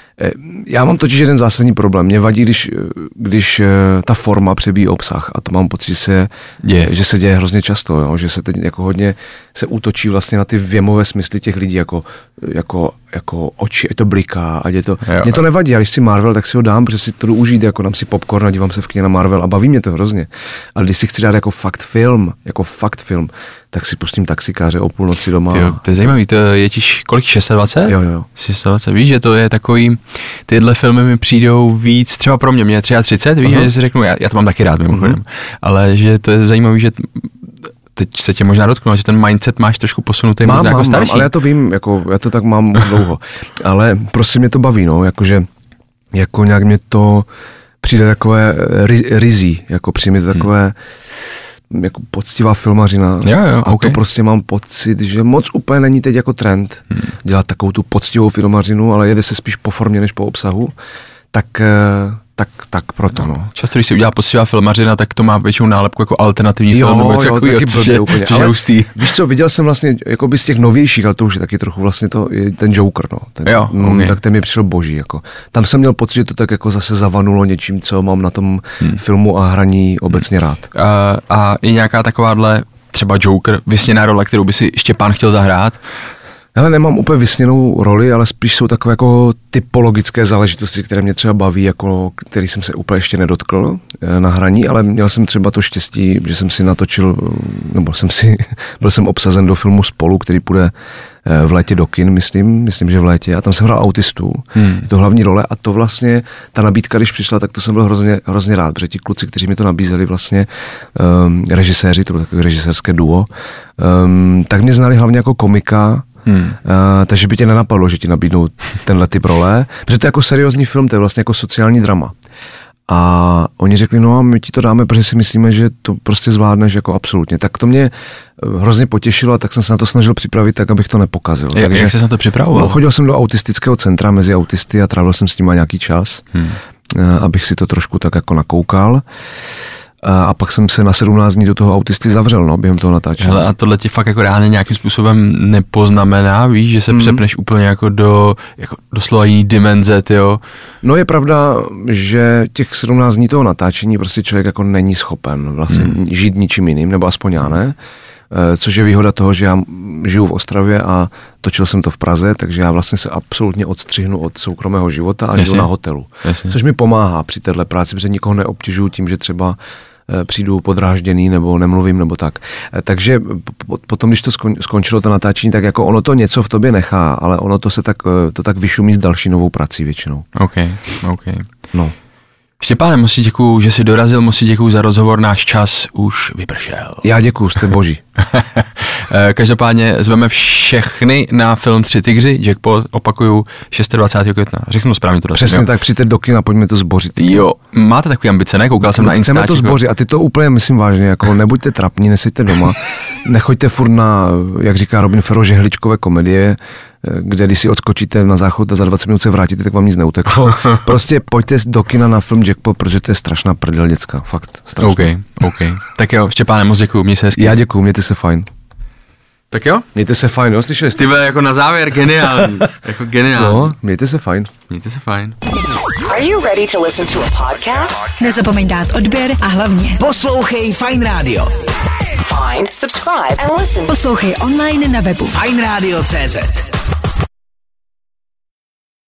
já mám totiž jeden zásadní problém. Mě vadí, když, když ta forma přebíjí obsah a to mám pocit, že se, yeah. že se děje hrozně často, jo? Že se teď jako hodně se útočí vlastně na ty věmové smysly těch lidí, jako, jako, jako oči, je to bliká a je to, mě to nevadí, a když si Marvel, tak si ho dám, protože si to jdu užít, jako dám si popcorn a dívám se v kyně na Marvel a baví mě to hrozně. Ale když si chci dát jako fakt film, jako fakt film, tak si pustím Taxikáře o půlnoci doma. Tyjo, to je zajímavý, to je tiž kolik, šest set dvacet? Jo, jo. šest set dvacet, víš, že to je takový, tyhle filmy mi přijdou víc, třeba pro mě, mě je třicet tři, víš, uh-huh. že si řeknu, já, já to mám taky rád mimochodem, uh-huh. ale že to je zajímavý, že teď se tě možná dotknu, že ten mindset máš trošku posunutý mám, možná mám, jako starší. Mám, ale já to vím, jako, já to tak mám dlouho, ale prostě mě to baví, no, jakože, jako nějak mě to přijde takové rizí, jako přijde mi to takové, hmm. jako poctivá filmařina jo, jo, a okay. to prostě mám pocit, že moc úplně není teď jako trend hmm. dělat takovou tu poctivou filmařinu, ale jede se spíš po formě než po obsahu, tak, tak, tak proto no. Často, když si udělá poctivá filmařina, tak to má většinou nálepku jako alternativní jo, film, nebo jo, takový, taky což je, úplně, což je hustý. Víš co, viděl jsem vlastně jako by z těch novějších, ale to už je taky trochu vlastně to, je ten Joker, no. Ten, jo, okay. Tak ten mi přišel boží, jako. Tam jsem měl pocit, že to tak jako zase zavanulo něčím, co mám na tom hmm. filmu a hraní obecně rád. A, a je nějaká takováhle třeba Joker, vysněná role, kterou by si Štěpán chtěl zahrát? Hele, nemám úplně vysněnou roli, ale spíš jsou takové jako typologické záležitosti, které mě třeba baví, jako, který jsem se úplně ještě nedotkl na hraní, ale měl jsem třeba to štěstí, že jsem si natočil, nebo jsem si, byl jsem obsazen do filmu Spolu, který půjde v létě do kin, myslím, myslím, že v létě, a tam jsem hrál autistu, hmm. je to hlavní role a to vlastně, ta nabídka, když přišla, tak to jsem byl hrozně, hrozně rád, protože ti kluci, kteří mi to nabízeli vlastně, um, režiséři, to bylo takové režisérské duo, um, tak mě znali hlavně jako komika. Hmm. Uh, takže by tě nenapadlo, že ti nabídnou tenhle typ role, protože to je jako seriózní film, to je vlastně jako sociální drama. A oni řekli, no a my ti to dáme, protože si myslíme, že to prostě zvládneš jako absolutně. Tak to mě hrozně potěšilo a tak jsem se na to snažil připravit tak, abych to nepokazil. Jak, takže, jak jsi na to připravoval? No, chodil jsem do autistického centra mezi autisty a trávil jsem s nima nějaký čas, hmm. uh, abych si to trošku tak jako nakoukal. A pak jsem se na sedmnáct dní do toho autisty zavřel, no, během toho natáčení. Hele, a tohle ti fakt jako reálně nějakým způsobem nepoznamená, víš, že se mm. přepneš úplně jako do, jako doslova jiný dimenze, tyjo? No je pravda, že těch sedmnáct dní toho natáčení prostě člověk jako není schopen vlastně mm. žít ničím jiným, nebo aspoň já ne. Což je výhoda toho, že já žiju v Ostravě a točil jsem to v Praze, takže já vlastně se absolutně odstřihnu od soukromého života a žiju na hotelu. Jasně. Což mi pomáhá při téhle práci, protože nikoho neobtěžuju tím, že třeba přijdu podrážděný nebo nemluvím nebo tak. Takže potom, když to skončilo to natáčení, tak jako ono to něco v tobě nechá, ale ono to se tak, to tak vyšumí s další novou prací většinou. OK, OK. No. Štěpáne, moc si děkuju, že jsi dorazil, moc si děkuju za rozhovor, náš čas už vypršel. Já děkuju, jste boží. Každopádně zveme všechny na film Tři tygři, Jackpot, opakuju, dvacátého šestého května. Řeknu to správně to. Přesně jo? Tak, přijďte do kina, pojďme to zbořit. Jo, máte takové ambice, ne? Koukal jsem no, na Instači. Chceme to zbořit a ty to úplně myslím vážně, jako nebuďte trapní, neseďte doma, nechoďte furt na, jak říká Robin Ferro, žehličkové komedie, kde když si odskočíte na záchod a za dvacet minut se vrátíte, tak vám nic neuteklo. Prostě pojďte do kina na film Jackpot, protože to je strašná prdel děcka, fakt strašná. OK, OK. Tak jo, Štěpáne, moc děkuju, měj se hezky. Já děkuju, mějte se fajn. Tak jo? Mějte se fajn, jo, slyšeli jste? Ty vole, jako na závěr, geniální. Jako geniální. No, mějte se fajn. Mějte se fajn. Are you ready to listen to a podcast? Nezapomeň dát odběr a hlavně poslouchej Fajn Radio. Find, subscribe and listen. Poslouchej online na webu fajn radio tečka cé zet.